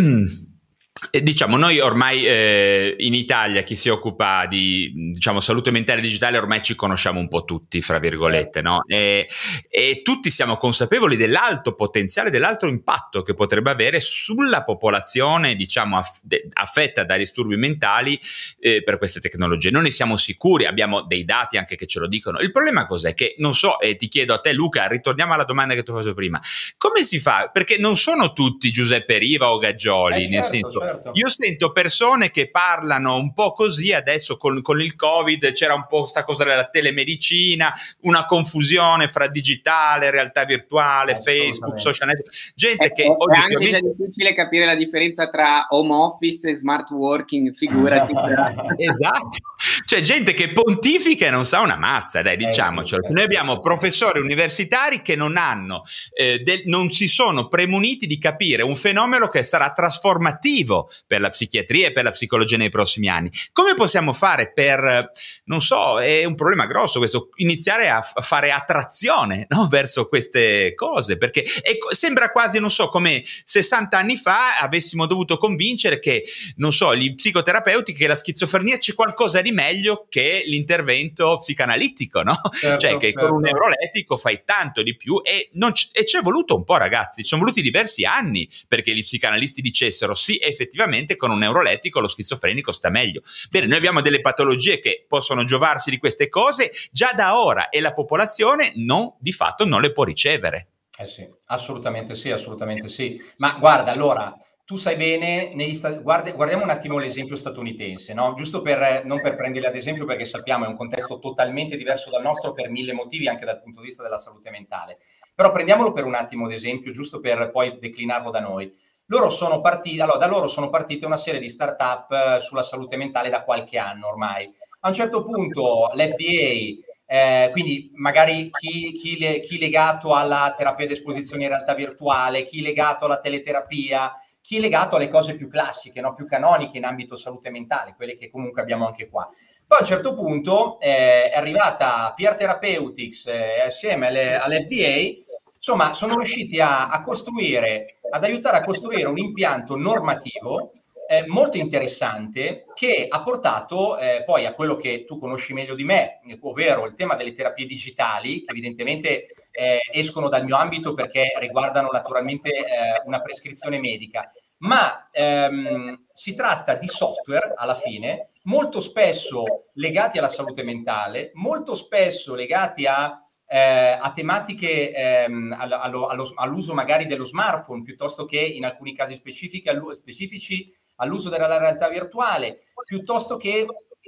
E diciamo, noi ormai eh, in Italia chi si occupa di, diciamo, salute mentale digitale ormai ci conosciamo un po' tutti, fra virgolette, no? E, e tutti siamo consapevoli dell'alto potenziale, dell'alto impatto che potrebbe avere sulla popolazione, diciamo, aff- de- affetta da disturbi mentali eh, per queste tecnologie. Noi ne siamo sicuri, abbiamo dei dati anche che ce lo dicono. Il problema cos'è? Che non so, e ti chiedo a te Luca, ritorniamo alla domanda che tu facevi prima, come si fa? Perché non sono tutti Giuseppe Riva o Gaggioli, eh, nel certo, senso... Certo. Io sento persone che parlano un po' così adesso con, con il Covid, c'era un po' sta cosa della telemedicina, una confusione fra digitale, realtà virtuale, Facebook, social network, gente è, che è oggettivamente... anche già difficile capire la differenza tra home office e smart working, figurati. Esatto, cioè gente che pontifica e non sa una mazza, dai, diciamocelo. Eh sì, noi abbiamo sì, professori universitari che non hanno eh, del, non si sono premuniti di capire un fenomeno che sarà trasformativo per la psichiatria e per la psicologia nei prossimi anni. Come possiamo fare per, non so, è un problema grosso questo, iniziare a, f- a fare attrazione, no? Verso queste cose, perché è, sembra quasi, non so, come sessanta anni fa avessimo dovuto convincere che, non so, gli psicoterapeuti che la schizofrenia c'è qualcosa di meglio che l'intervento psicanalitico, no? Certo, cioè che certo. Con un neurolettico fai tanto di più e, non c- e ci è voluto un po', ragazzi, ci sono voluti diversi anni perché gli psicanalisti dicessero sì, effettivamente con un neurolettico lo schizofrenico sta meglio. Bene, noi abbiamo delle patologie che possono giovarsi di queste cose già da ora e la popolazione non, di fatto non le può ricevere. Eh sì, assolutamente sì, assolutamente sì. Ma guarda, allora, tu sai bene, negli sta- guardi- guardiamo un attimo l'esempio statunitense, no? Giusto per non per prenderli ad esempio, perché sappiamo è un contesto totalmente diverso dal nostro per mille motivi, anche dal punto di vista della salute mentale. Però prendiamolo per un attimo ad esempio, giusto per poi declinarlo da noi. Loro sono partiti, allora, da loro sono partite una serie di start-up eh, sulla salute mentale da qualche anno ormai. A un certo punto l'F D A, eh, quindi magari chi, chi, le, chi legato alla terapia di esposizione in realtà virtuale, chi legato alla teleterapia, chi legato alle cose più classiche, no? Più canoniche in ambito salute mentale, quelle che comunque abbiamo anche qua. Poi a un certo punto eh, è arrivata Peer Therapeutics eh, assieme alle, all'F D A, insomma sono riusciti a, a costruire, ad aiutare a costruire un impianto normativo Eh, molto interessante che ha portato eh, poi a quello che tu conosci meglio di me, ovvero il tema delle terapie digitali, che evidentemente eh, escono dal mio ambito perché riguardano naturalmente eh, una prescrizione medica, ma ehm, si tratta di software alla fine, molto spesso legati alla salute mentale, molto spesso legati a Eh, a tematiche ehm, allo, allo, all'uso magari dello smartphone piuttosto che in alcuni casi specifici, specifici all'uso della realtà virtuale, piuttosto che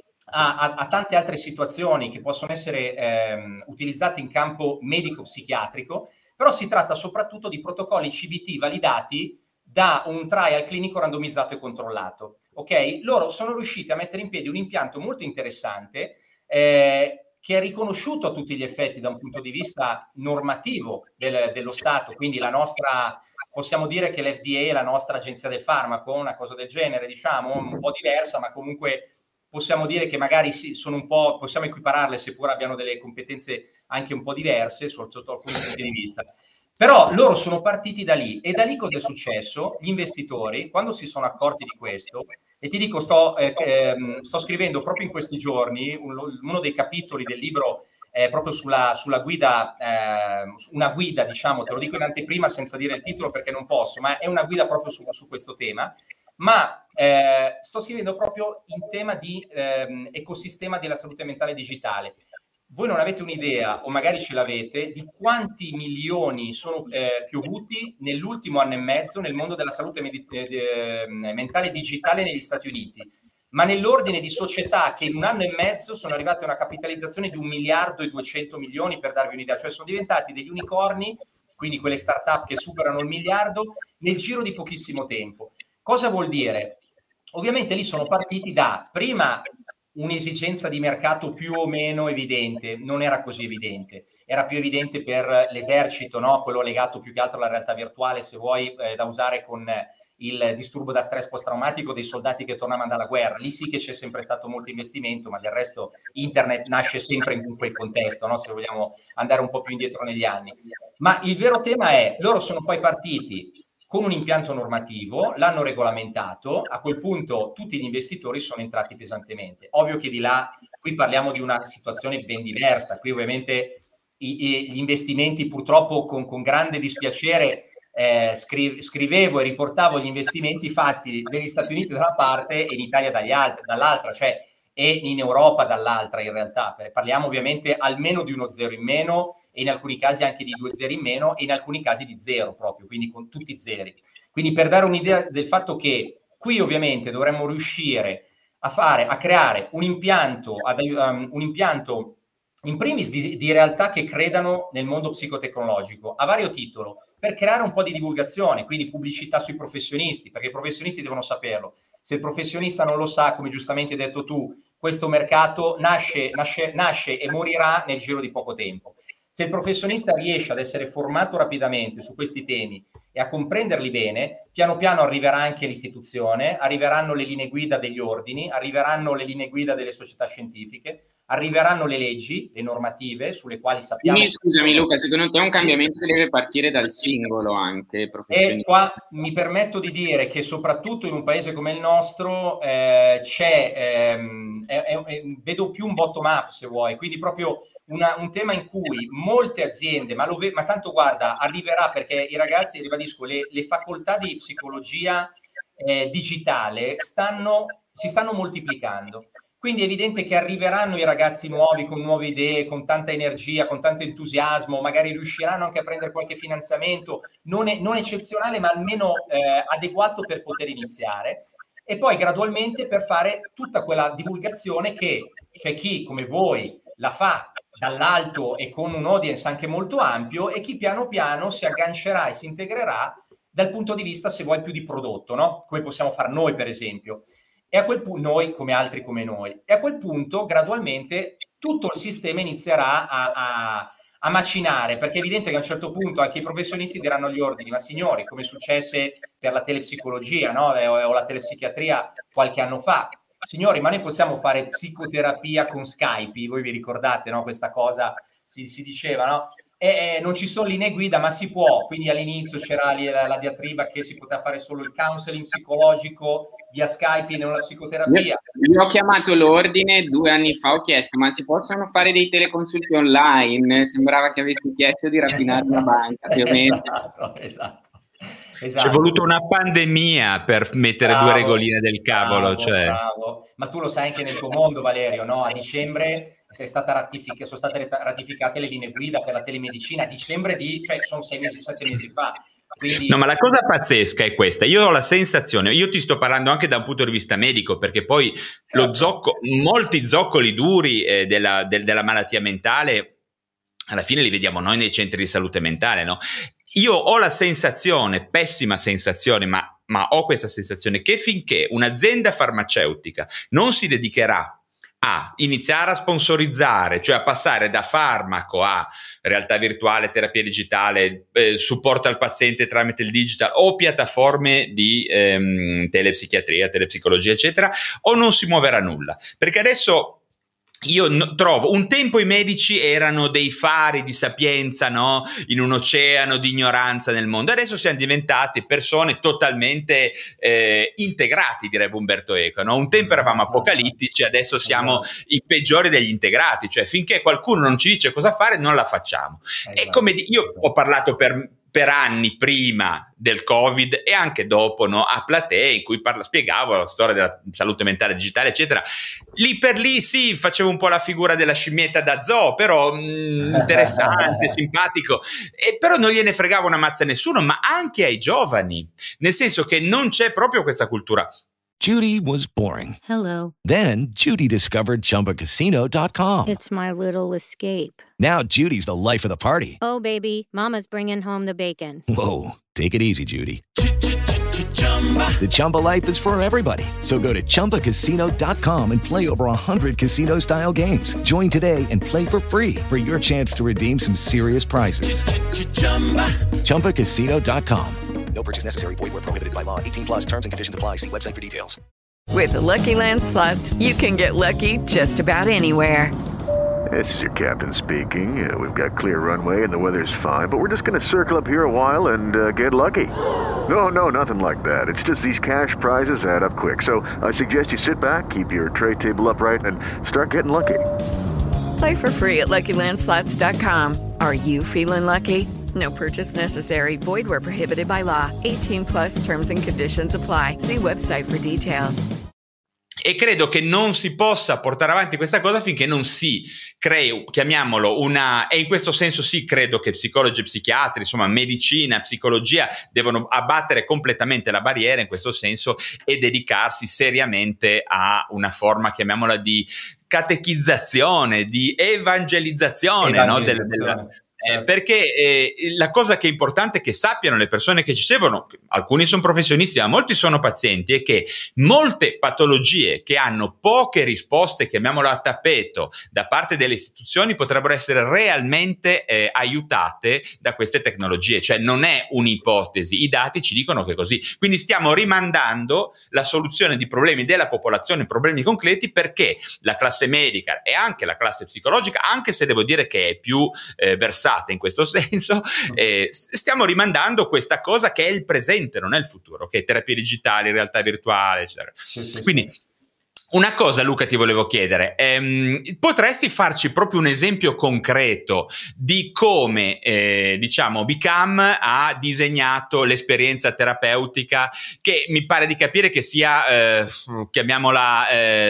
a, a, a tante altre situazioni che possono essere ehm, utilizzate in campo medico-psichiatrico, però si tratta soprattutto di protocolli C B T validati da un trial clinico randomizzato e controllato. Ok? Loro sono riusciti a mettere in piedi un impianto molto interessante eh, che è riconosciuto a tutti gli effetti da un punto di vista normativo del, dello Stato, quindi la nostra, possiamo dire che l'F D A è la nostra agenzia del farmaco, una cosa del genere, diciamo, un po' diversa, ma comunque possiamo dire che magari sì, sono un po', possiamo equipararle, seppur abbiano delle competenze anche un po' diverse sotto alcuni punti di vista. Però loro sono partiti da lì, e da lì cosa è successo? Gli investitori, quando si sono accorti di questo, e ti dico, sto, eh, ehm, sto scrivendo proprio in questi giorni un, uno dei capitoli del libro eh, proprio sulla, sulla guida, eh, una guida, diciamo, te lo dico in anteprima senza dire il titolo perché non posso, ma è una guida proprio su, su questo tema, ma eh, sto scrivendo proprio in tema di ehm, ecosistema della salute mentale digitale. Voi non avete un'idea, o magari ce l'avete, di quanti milioni sono eh, piovuti nell'ultimo anno e mezzo nel mondo della salute med- eh, mentale digitale negli Stati Uniti, ma nell'ordine di società che in un anno e mezzo sono arrivate a una capitalizzazione di un miliardo e duecento milioni, per darvi un'idea, cioè sono diventati degli unicorni, quindi quelle start-up che superano il miliardo, nel giro di pochissimo tempo. Cosa vuol dire? Ovviamente lì sono partiti da, prima, un'esigenza di mercato più o meno evidente, non era così evidente, era più evidente per l'esercito, no? Quello legato più che altro alla realtà virtuale, se vuoi, eh, da usare con il disturbo da stress post-traumatico dei soldati che tornavano dalla guerra. Lì sì che c'è sempre stato molto investimento, ma del resto internet nasce sempre in quel contesto, no? Se vogliamo andare un po' più indietro negli anni. Ma il vero tema è, loro sono poi partiti con un impianto normativo, l'hanno regolamentato, a quel punto tutti gli investitori sono entrati pesantemente. Ovvio che di là, qui parliamo di una situazione ben diversa, qui ovviamente i, i, gli investimenti purtroppo con, con grande dispiacere eh, scri, scrivevo e riportavo gli investimenti fatti negli Stati Uniti da una parte e in Italia dagli altri, dall'altra, cioè e in Europa dall'altra in realtà. Parliamo ovviamente almeno di uno zero in meno, e in alcuni casi anche di due zeri in meno, e in alcuni casi di zero proprio, quindi con tutti zeri. Quindi per dare un'idea del fatto che qui ovviamente dovremmo riuscire a fare, a creare un impianto, ad, um, un impianto in primis di, di realtà che credano nel mondo psicotecnologico, a vario titolo, per creare un po' di divulgazione, quindi pubblicità sui professionisti, perché i professionisti devono saperlo. Se il professionista non lo sa, come giustamente hai detto tu, questo mercato nasce, nasce, nasce e morirà nel giro di poco tempo. Se il professionista riesce ad essere formato rapidamente su questi temi e a comprenderli bene, piano piano arriverà anche l'istituzione, arriveranno le linee guida degli ordini, arriveranno le linee guida delle società scientifiche, arriveranno le leggi, le normative sulle quali sappiamo... Quindi, scusami Luca, secondo te è un cambiamento che deve partire dal singolo anche professionista? E qua mi permetto di dire che soprattutto in un paese come il nostro eh, c'è, ehm, è, è, è, vedo più un bottom up se vuoi, quindi proprio una, un tema in cui molte aziende, ma, lo ve- ma tanto guarda, arriverà perché i ragazzi, ribadisco, le, le facoltà di psicologia eh, digitale stanno, si stanno moltiplicando. Quindi è evidente che arriveranno i ragazzi nuovi con nuove idee, con tanta energia, con tanto entusiasmo, magari riusciranno anche a prendere qualche finanziamento, non, è, non eccezionale, ma almeno eh, adeguato per poter iniziare. E poi gradualmente per fare tutta quella divulgazione che c'è chi, come voi, la fa dall'alto e con un audience anche molto ampio, e chi piano piano si aggancerà e si integrerà dal punto di vista, se vuoi, più di prodotto, no? Come possiamo fare noi, per esempio. E a quel punto, noi come altri come noi, e a quel punto gradualmente tutto il sistema inizierà a, a, a macinare, perché è evidente che a un certo punto anche i professionisti diranno agli ordini: ma signori, come successe per la telepsicologia, no? o la telepsichiatria qualche anno fa, signori, ma noi possiamo fare psicoterapia con Skype? Voi vi ricordate, no? Questa cosa si, si diceva, no? E, e non ci sono linee guida, ma si può. Quindi all'inizio c'era la, la diatriba che si poteva fare solo il counseling psicologico via Skype e non la psicoterapia. Io, io ho chiamato l'ordine due anni fa, ho chiesto: ma si possono fare dei teleconsulti online? Sembrava che avessi chiesto di rapinare una banca, più o meno. Esatto, esatto. Esatto. C'è voluto una pandemia per mettere bravo, due regoline del cavolo. Bravo, cioè. bravo. Ma tu lo sai anche nel tuo mondo, Valerio, no? A dicembre è stata ratific- sono state ratificate le linee guida per la telemedicina. A dicembre di, cioè sono sei mesi, sette mesi fa. Quindi... No, ma la cosa pazzesca è questa: io ho la sensazione, io ti sto parlando anche da un punto di vista medico, perché poi certo. lo zocco, molti zoccoli duri eh, della, del, della malattia mentale alla fine li vediamo noi nei centri di salute mentale, no? Io ho la sensazione, pessima sensazione, ma, ma ho questa sensazione che finché un'azienda farmaceutica non si dedicherà a iniziare a sponsorizzare, cioè a passare da farmaco a realtà virtuale, terapia digitale, eh, supporto al paziente tramite il digital o piattaforme di ehm, telepsichiatria, telepsicologia, eccetera, o non si muoverà nulla. Perché adesso io no, trovo, un tempo i medici erano dei fari di sapienza, no? In un oceano di ignoranza nel mondo. Adesso siamo diventati persone totalmente eh, integrati, direbbe Umberto Eco, no? Un tempo eravamo apocalittici, adesso siamo i peggiori degli integrati, cioè finché qualcuno non ci dice cosa fare non la facciamo. E come di, io ho parlato per per anni prima del Covid e anche dopo, no, a platee in cui parla, spiegavo la storia della salute mentale digitale, eccetera. Lì per lì sì, facevo un po' la figura della scimmietta da zoo, però mh, interessante, simpatico, e però non gliene fregava una mazza a nessuno, ma anche ai giovani, nel senso che non c'è proprio questa cultura. Judy was boring. Hello. Then Judy discovered Chumba Casino dot com. It's my little escape. Now Judy's the life of the party. Oh, baby, mama's bringing home the bacon. Whoa, take it easy, Judy. The Chumba life is for everybody. So go to Chumba Casino dot com and play over one hundred casino-style games. Join today and play for free for your chance to redeem some serious prizes. Chumba Casino dot com. No purchase necessary. Void where prohibited by law. eighteen plus terms and conditions apply. See website for details. With the Lucky Land Slots, you can get lucky just about anywhere. This is your captain speaking. Uh, we've got clear runway and the weather's fine, but we're just going to circle up here a while and uh, get lucky. No, no, nothing like that. It's just these cash prizes add up quick. So I suggest you sit back, keep your tray table upright, and start getting lucky. Play for free at Lucky Land Slots dot com. Are you feeling lucky? No purchase necessary. Void where prohibited by law. eighteen plus terms and conditions apply. See website for details. E credo che non si possa portare avanti questa cosa finché non si crei, chiamiamolo una, e in questo senso sì, credo che psicologi e psichiatri, insomma medicina, psicologia devono abbattere completamente la barriera in questo senso e dedicarsi seriamente a una forma, chiamiamola, di catechizzazione, di evangelizzazione, evangelizzazione. No? Del, del, Eh, perché eh, la cosa che è importante è che sappiano le persone che ci seguono, alcuni sono professionisti ma molti sono pazienti, è che molte patologie che hanno poche risposte, chiamiamolo a tappeto, da parte delle istituzioni potrebbero essere realmente eh, aiutate da queste tecnologie, cioè non è un'ipotesi, i dati ci dicono che è così, quindi stiamo rimandando la soluzione di problemi della popolazione, problemi concreti, perché la classe medica e anche la classe psicologica, anche se devo dire che è più eh, versata in questo senso, eh, stiamo rimandando questa cosa che è il presente, non è il futuro, che è terapie digitali, realtà virtuale, eccetera. Sì, sì, quindi sì. Una cosa, Luca, ti volevo chiedere, ehm, potresti farci proprio un esempio concreto di come eh, diciamo Become ha disegnato l'esperienza terapeutica, che mi pare di capire che sia eh, chiamiamola eh,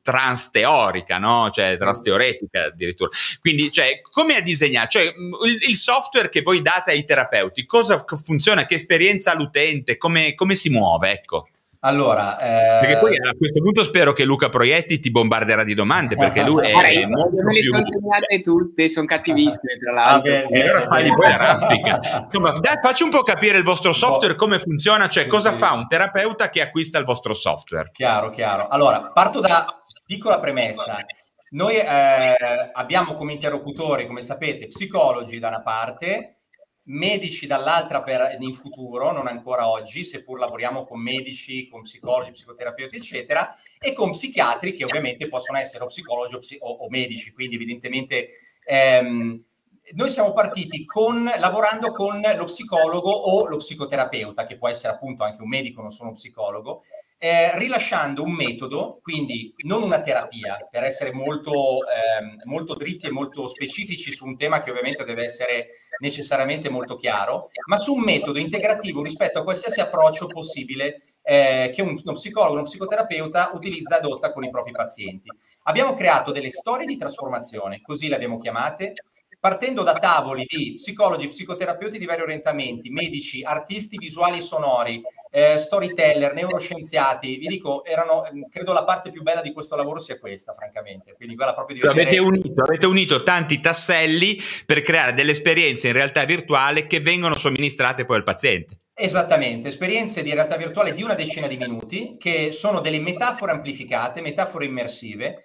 transteorica, no? Cioè transteoretica addirittura. Quindi, cioè, come è disegnato? Cioè, il, il software che voi date ai terapeuti, cosa funziona? Che esperienza ha l'utente? Come, come si muove? Ecco. Allora, eh... perché poi a questo punto spero che Luca Proietti ti bombarderà di domande, perché lui è, è molto me le più... sono segnate tutte, sono cattivissime tra l'altro. Ah, beh, e allora fagli poi la raffica. Insomma, dai, facci un po' capire il vostro software, come funziona, cioè cosa fa un terapeuta che acquista il vostro software. Chiaro, chiaro. Allora, parto da piccola premessa. Noi eh, abbiamo come interlocutori, come sapete, psicologi da una parte, medici dall'altra per in futuro, non ancora oggi, seppur lavoriamo con medici, con psicologi, psicoterapeuti, eccetera, e con psichiatri che ovviamente possono essere o psicologi o, psi- o, o medici, quindi evidentemente ehm, noi siamo partiti con, lavorando con lo psicologo o lo psicoterapeuta, che può essere appunto anche un medico, non solo un psicologo, eh, rilasciando un metodo, quindi non una terapia, per essere molto, ehm, molto dritti e molto specifici su un tema che ovviamente deve essere necessariamente molto chiaro, ma su un metodo integrativo rispetto a qualsiasi approccio possibile eh, che un, uno psicologo, uno psicoterapeuta utilizza e adotta con i propri pazienti. Abbiamo creato delle storie di trasformazione, così le abbiamo chiamate, partendo da tavoli di psicologi, psicoterapeuti di vari orientamenti, medici, artisti visuali e sonori, eh, storyteller, neuroscienziati. Vi dico, erano, credo la parte più bella di questo lavoro sia questa, francamente. Quindi quella proprio di cioè, vedere... avete, unito, avete unito tanti tasselli per creare delle esperienze in realtà virtuale che vengono somministrate poi al paziente. Esattamente, esperienze di realtà virtuale di una decina di minuti, che sono delle metafore amplificate, metafore immersive,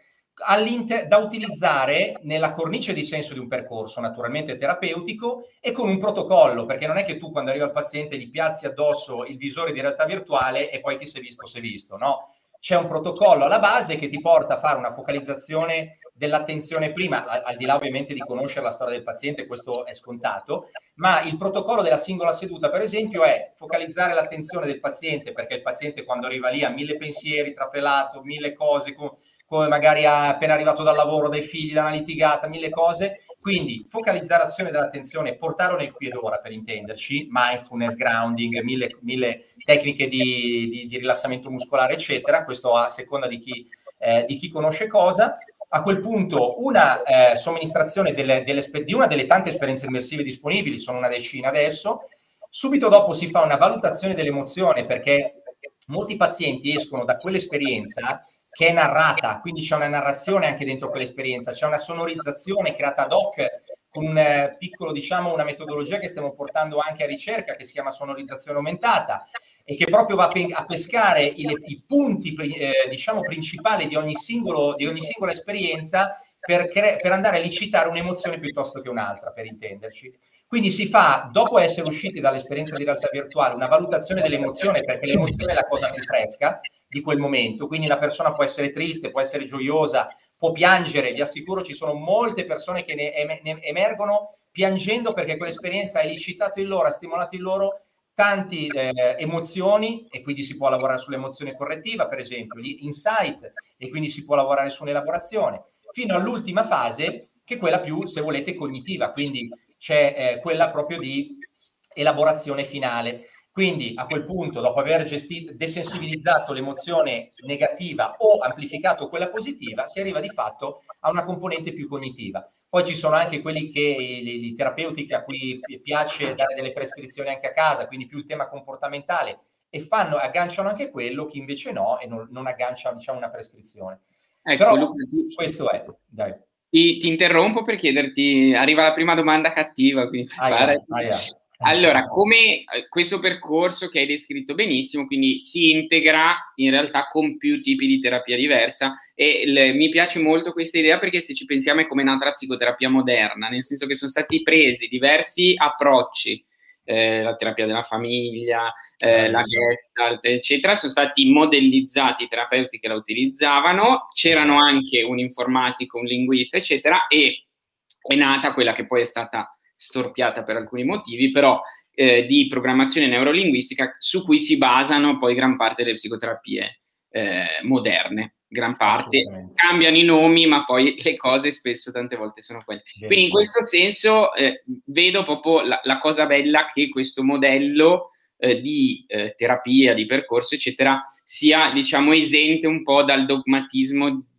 da utilizzare nella cornice di senso di un percorso naturalmente terapeutico e con un protocollo, perché non è che tu quando arriva il paziente gli piazzi addosso il visore di realtà virtuale e poi chi si è visto si è visto, no? C'è un protocollo alla base che ti porta a fare una focalizzazione dell'attenzione prima, al, al di là ovviamente di conoscere la storia del paziente, questo è scontato, ma il protocollo della singola seduta per esempio è focalizzare l'attenzione del paziente, perché il paziente quando arriva lì ha mille pensieri, trafelato, mille cose, com- come magari ha appena arrivato dal lavoro, dai figli, da una litigata, mille cose. Quindi focalizzazione dell'attenzione, portarlo nel qui ed ora per intenderci, mindfulness, grounding, mille, mille tecniche di, di, di rilassamento muscolare, eccetera. Questo a seconda di chi, eh, di chi conosce cosa. A quel punto una eh, somministrazione delle, delle, di una delle tante esperienze immersive disponibili, sono una decina adesso. Subito dopo si fa una valutazione dell'emozione, perché molti pazienti escono da quell'esperienza che è narrata, quindi c'è una narrazione anche dentro quell'esperienza, c'è una sonorizzazione creata ad hoc con un eh, piccolo, diciamo, una metodologia che stiamo portando anche a ricerca che si chiama sonorizzazione aumentata e che proprio va a, pe- a pescare i, i punti eh, diciamo principali di ogni singolo di ogni singola esperienza per, cre- per andare a licitare un'emozione piuttosto che un'altra, per intenderci. Quindi si fa, dopo essere usciti dall'esperienza di realtà virtuale, una valutazione dell'emozione, perché l'emozione è la cosa più fresca di quel momento, quindi la persona può essere triste, può essere gioiosa, può piangere, vi assicuro ci sono molte persone che ne, em- ne emergono piangendo perché quell'esperienza ha elicitato in loro, ha stimolato in loro tante eh, emozioni e quindi si può lavorare sull'emozione correttiva, per esempio, gli insight, e quindi si può lavorare su un'elaborazione, fino all'ultima fase che è quella più, se volete, cognitiva, quindi c'è eh, quella proprio di elaborazione finale. Quindi a quel punto, dopo aver gestito, desensibilizzato l'emozione negativa o amplificato quella positiva, si arriva di fatto a una componente più cognitiva. Poi ci sono anche quelli che, i, i terapeuti a cui piace dare delle prescrizioni anche a casa, quindi più il tema comportamentale, e fanno, agganciano anche quello, chi invece no, e non, non aggancia, diciamo, una prescrizione. Ecco, Però Luca, questo è, dai. Ti, ti interrompo per chiederti, arriva la prima domanda cattiva, quindi aia, aia. Allora, come questo percorso che hai descritto benissimo, quindi si integra in realtà con più tipi di terapia diversa e le, mi piace molto questa idea perché se ci pensiamo è come è nata la psicoterapia moderna, nel senso che sono stati presi diversi approcci, eh, la terapia della famiglia, eh, la Gestalt, eccetera, sono stati modellizzati i terapeuti che la utilizzavano, c'erano anche un informatico, un linguista, eccetera, e è nata quella che poi è stata storpiata per alcuni motivi, però eh, di programmazione neurolinguistica su cui si basano poi gran parte delle psicoterapie eh, moderne, gran parte cambiano i nomi ma poi le cose spesso tante volte sono quelle. Benissimo. Quindi in questo senso eh, vedo proprio la, la cosa bella che questo modello eh, di eh, terapia, di percorso eccetera sia diciamo esente un po' dal dogmatismo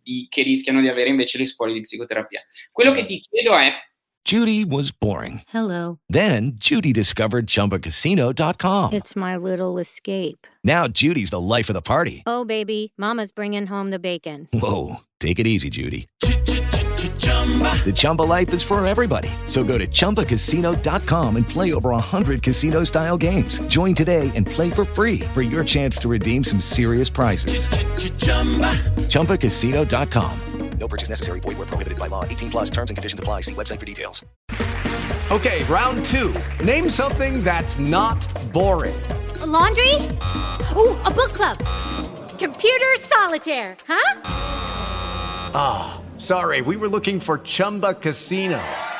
di, che rischiano di avere invece le scuole di psicoterapia. Quello che ti chiedo è: Judy was boring. Hello. Then Judy discovered Chumba Casino dot com. It's my little escape. Now Judy's the life of the party. Oh, baby, mama's bringing home the bacon. Whoa, take it easy, Judy. The Chumba life is for everybody. So go to Chumba Casino dot com and play over one hundred casino-style games. Join today and play for free for your chance to redeem some serious prizes. Chumba Casino dot com. No purchase necessary. Void where prohibited by law. eighteen plus terms and conditions apply. See website for details. Okay, round two. Name something that's not boring. A laundry? Ooh, a book club. Computer solitaire, huh? Ah, oh, sorry. We were looking for Chumba Casino.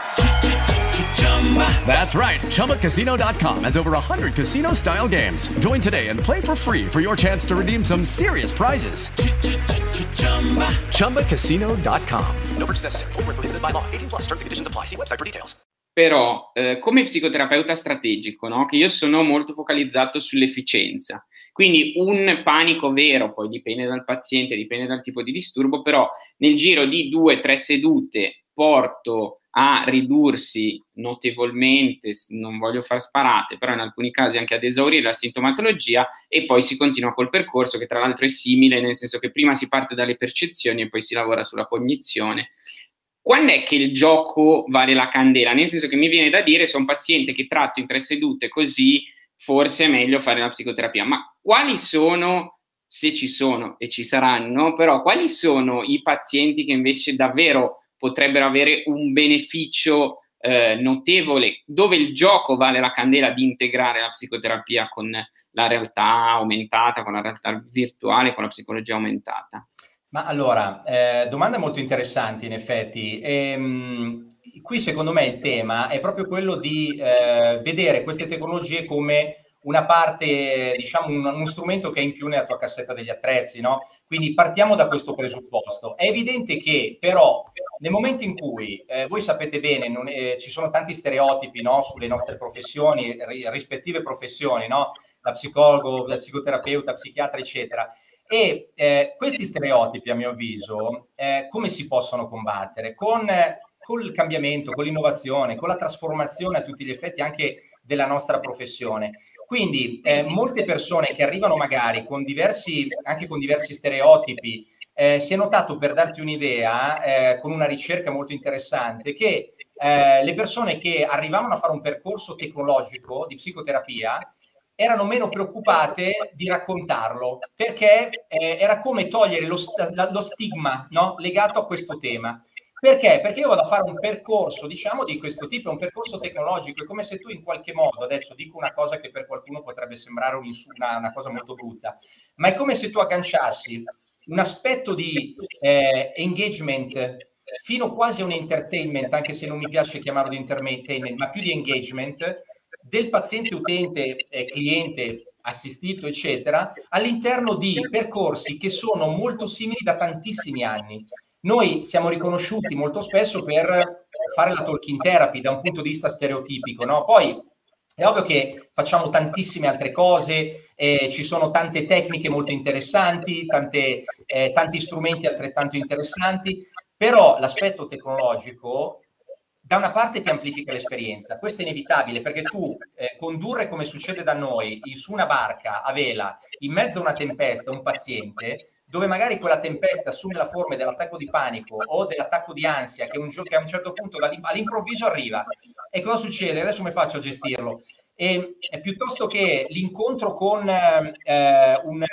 That's right. Chumba Casino dot com has over one hundred casino-style games. Join today and play for free for your chance to redeem some serious prizes. Chumba Casino dot com. No purchase necessary. Void where prohibited by law. eighteen plus terms and conditions apply. See website for details. Però, eh, come psicoterapeuta strategico, no? Che io sono molto focalizzato sull'efficienza. Quindi un panico vero, poi dipende dal paziente, dipende dal tipo di disturbo, però nel giro di due o tre sedute porto a ridursi notevolmente, non voglio far sparate, però in alcuni casi anche ad esaurire la sintomatologia, e poi si continua col percorso, che tra l'altro è simile, nel senso che prima si parte dalle percezioni e poi si lavora sulla cognizione. Quando è che il gioco vale la candela? Nel senso che mi viene da dire, se un paziente che tratto in tre sedute così, forse è meglio fare la psicoterapia. Ma quali sono, se ci sono e ci saranno, però quali sono i pazienti che invece davvero potrebbero avere un beneficio eh, notevole, dove il gioco vale la candela di integrare la psicoterapia con la realtà aumentata, con la realtà virtuale, con la psicologia aumentata? Ma allora, eh, domanda molto interessante in effetti. Ehm, qui secondo me il tema è proprio quello di eh, vedere queste tecnologie come una parte, diciamo, un, uno strumento che è in più nella tua cassetta degli attrezzi, no? Quindi partiamo da questo presupposto. È evidente che però nel momento in cui, eh, voi sapete bene, non è, ci sono tanti stereotipi, no? Sulle nostre professioni, ri, rispettive professioni, no? La psicologo, la psicoterapeuta, psichiatra, eccetera. E eh, questi stereotipi, a mio avviso, eh, come si possono combattere? Con, eh, con il cambiamento, con l'innovazione, con la trasformazione a tutti gli effetti anche della nostra professione. Quindi eh, molte persone che arrivano magari con diversi, anche con diversi stereotipi, eh, si è notato, per darti un'idea, eh, con una ricerca molto interessante, che eh, le persone che arrivavano a fare un percorso tecnologico di psicoterapia erano meno preoccupate di raccontarlo, perché eh, era come togliere lo, lo stigma, no? Legato a questo tema. Perché? Perché io vado a fare un percorso, diciamo, di questo tipo, un percorso tecnologico, è come se tu in qualche modo, adesso dico una cosa che per qualcuno potrebbe sembrare un una, una cosa molto brutta, ma è come se tu agganciassi un aspetto di eh, engagement fino quasi a un entertainment, anche se non mi piace chiamarlo di entertainment, ma più di engagement, del paziente utente, eh, cliente, assistito, eccetera, all'interno di percorsi che sono molto simili da tantissimi anni. Noi siamo riconosciuti molto spesso per fare la talking therapy da un punto di vista stereotipico, no? Poi è ovvio che facciamo tantissime altre cose, eh, ci sono tante tecniche molto interessanti, tante, eh, tanti strumenti altrettanto interessanti, però l'aspetto tecnologico da una parte ti amplifica l'esperienza. Questo è inevitabile, perché tu eh, condurre, come succede da noi, su una barca a vela in mezzo a una tempesta un paziente, dove magari quella tempesta assume la forma dell'attacco di panico o dell'attacco di ansia che, un, che a un certo punto all'improvviso arriva. E cosa succede? Adesso come faccio a gestirlo? E, e piuttosto che l'incontro con, eh, un,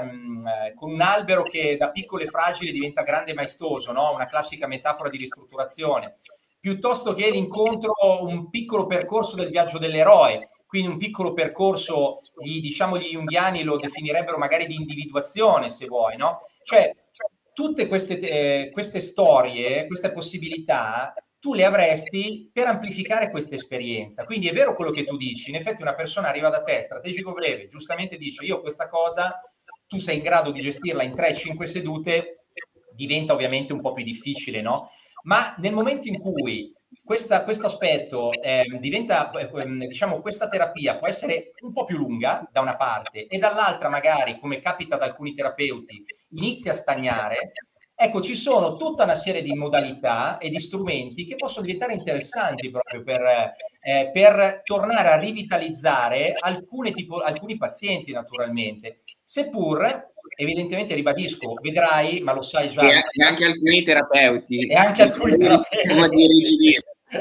eh, con un albero che da piccolo e fragile diventa grande e maestoso, no? Una classica metafora di ristrutturazione, piuttosto che l'incontro, un piccolo percorso del viaggio dell'eroe, quindi un piccolo percorso, gli, diciamo gli junghiani lo definirebbero magari di individuazione, se vuoi, no? Cioè, tutte queste, eh, queste storie, queste possibilità, tu le avresti per amplificare questa esperienza. Quindi è vero quello che tu dici, in effetti una persona arriva da te, strategico breve, giustamente dice, io questa cosa, tu sei in grado di gestirla in tre cinque sedute, diventa ovviamente un po' più difficile, no? Ma nel momento in cui questa, questo aspetto eh, diventa, eh, diciamo, questa terapia può essere un po' più lunga da una parte e dall'altra magari, come capita ad alcuni terapeuti, inizia a stagnare, Ecco, ci sono tutta una serie di modalità e di strumenti che possono diventare interessanti proprio per, eh, per tornare a rivitalizzare alcune tipo, alcuni pazienti, naturalmente. Seppur, evidentemente, ribadisco, vedrai, ma lo sai già... E anche alcuni terapeuti. E anche alcuni terapeuti.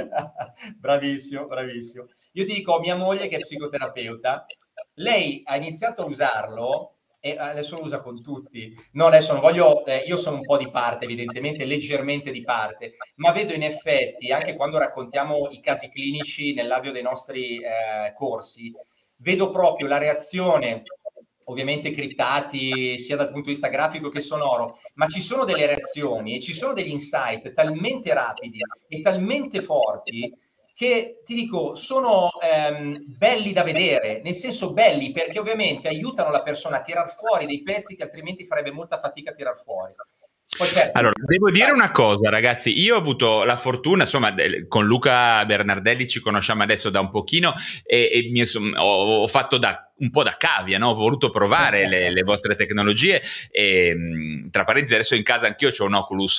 Bravissimo, bravissimo. Io ti dico, mia moglie che è psicoterapeuta, lei ha iniziato a usarlo e adesso lo usa con tutti. No, adesso non voglio, eh, io sono un po' di parte, evidentemente, leggermente di parte, ma vedo in effetti, anche quando raccontiamo i casi clinici nell'avvio dei nostri eh, corsi, vedo proprio la reazione, ovviamente criptati sia dal punto di vista grafico che sonoro, ma ci sono delle reazioni e ci sono degli insight talmente rapidi e talmente forti che, ti dico, sono ehm, belli da vedere, nel senso belli perché ovviamente aiutano la persona a tirar fuori dei pezzi che altrimenti farebbe molta fatica a tirar fuori. Poi, certo, allora, devo dire una cosa, ragazzi, io ho avuto la fortuna, insomma, con Luca Bernardelli ci conosciamo adesso da un pochino e, e mi, insomma, ho, ho fatto da un po' da cavia, no? Ho voluto provare le, le vostre tecnologie e, tra parentesi, adesso in casa anch'io c'ho un Oculus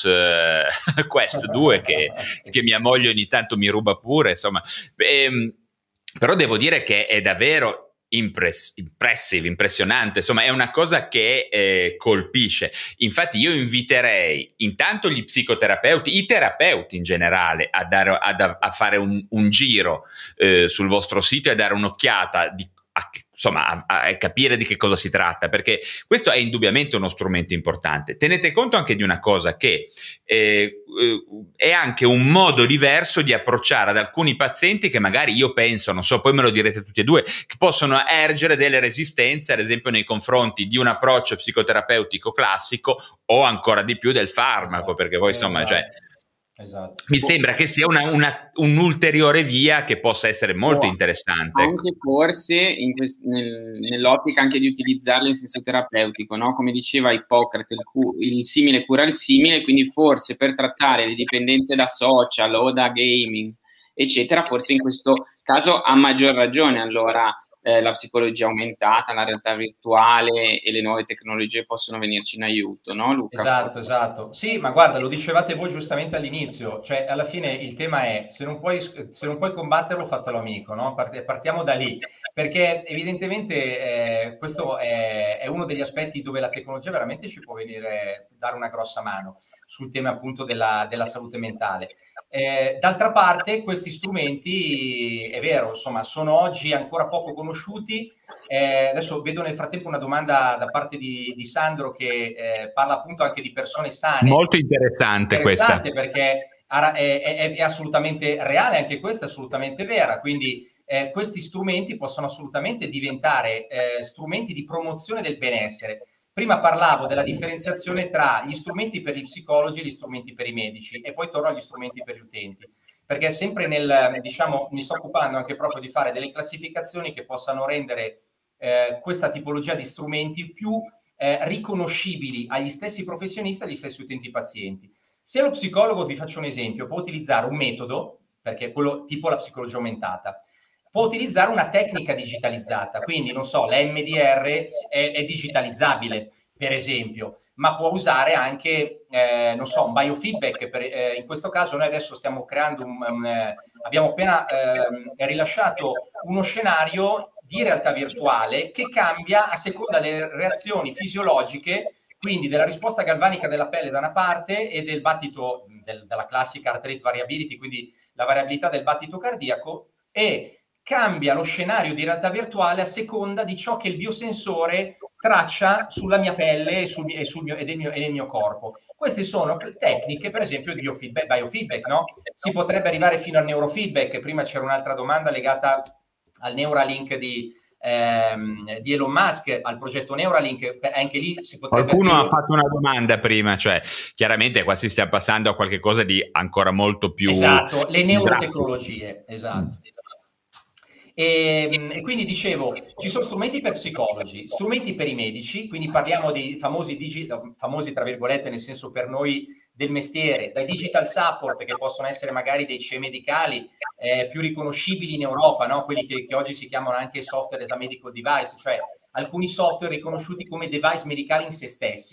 uh, Quest due che, che mia moglie ogni tanto mi ruba pure, insomma, e, però devo dire che è davvero Impress- impressive, impressionante, insomma è una cosa che eh, colpisce. Infatti io inviterei intanto gli psicoterapeuti, i terapeuti in generale a, dare, a, a fare un, un giro eh, sul vostro sito e a dare un'occhiata di A, insomma, a, a capire di che cosa si tratta, perché questo è indubbiamente uno strumento importante. Tenete conto anche di una cosa, che eh, è anche un modo diverso di approcciare ad alcuni pazienti che magari, io penso, non so, poi me lo direte tutti e due, che possono ergere delle resistenze, ad esempio nei confronti di un approccio psicoterapeutico classico o ancora di più del farmaco, perché poi insomma, esatto. cioè, Esatto. mi sembra che sia una, una, un'ulteriore via che possa essere molto oh, interessante. Anche forse in quest- nel, nell'ottica anche di utilizzarla in senso terapeutico, no? Come diceva Ippocrate, il, cu- il simile cura il simile, quindi forse per trattare le dipendenze da social o da gaming, eccetera, forse in questo caso a maggior ragione allora eh, la psicologia aumentata, la realtà virtuale e le nuove tecnologie possono venirci in aiuto, no Luca? Esatto, esatto. Sì, ma guarda, lo dicevate voi giustamente all'inizio, cioè alla fine il tema è se non puoi, se non puoi combatterlo, fatelo amico, no? Part- partiamo da lì, perché evidentemente eh, questo è, è uno degli aspetti dove la tecnologia veramente ci può venire dare una grossa mano sul tema appunto della, della salute mentale. Eh, d'altra parte questi strumenti, è vero, insomma, sono oggi ancora poco conosciuti. Eh, adesso vedo nel frattempo una domanda da parte di, di Sandro che eh, parla appunto anche di persone sane. Molto interessante, interessante questa. Perché è, è, è assolutamente reale, anche questa è assolutamente vera, quindi eh, questi strumenti possono assolutamente diventare eh, strumenti di promozione del benessere. Prima parlavo della differenziazione tra gli strumenti per gli psicologi e gli strumenti per i medici e poi torno agli strumenti per gli utenti, perché sempre nel, diciamo, mi sto occupando anche proprio di fare delle classificazioni che possano rendere eh, questa tipologia di strumenti più eh, riconoscibili agli stessi professionisti e agli stessi utenti pazienti. Se lo psicologo, vi faccio un esempio, può utilizzare un metodo, perché quello tipo la psicologia aumentata, può utilizzare una tecnica digitalizzata, quindi non so, l'E M D R è, è digitalizzabile, per esempio, ma può usare anche, eh, non so, un biofeedback. Per, eh, in questo caso noi adesso stiamo creando, un, un, eh, abbiamo appena eh, rilasciato uno scenario di realtà virtuale che cambia a seconda delle reazioni fisiologiche, quindi della risposta galvanica della pelle da una parte e del battito, del, della classica heart rate variability, quindi la variabilità del battito cardiaco, e cambia lo scenario di realtà virtuale a seconda di ciò che il biosensore traccia sulla mia pelle e, sul, e, sul mio, e, del mio, e del mio corpo. Queste sono tecniche, per esempio, di biofeedback, biofeedback, no? Si potrebbe arrivare fino al neurofeedback. Prima c'era un'altra domanda legata al Neuralink di, ehm, di Elon Musk, al progetto Neuralink. Anche lì si potrebbe... Qualcuno più... ha fatto una domanda prima, cioè chiaramente qua si sta passando a qualche cosa di ancora molto più... Esatto, le neurotecnologie, esatto. Mm. E, e quindi dicevo, ci sono strumenti per psicologi, strumenti per i medici, quindi parliamo dei famosi, digi, famosi tra virgolette, nel senso per noi del mestiere, dai digital support che possono essere magari dei C E medicali eh, più riconoscibili in Europa, no? Quelli che, che oggi si chiamano anche software as a medical device, cioè alcuni software riconosciuti come device medicali in se stessi,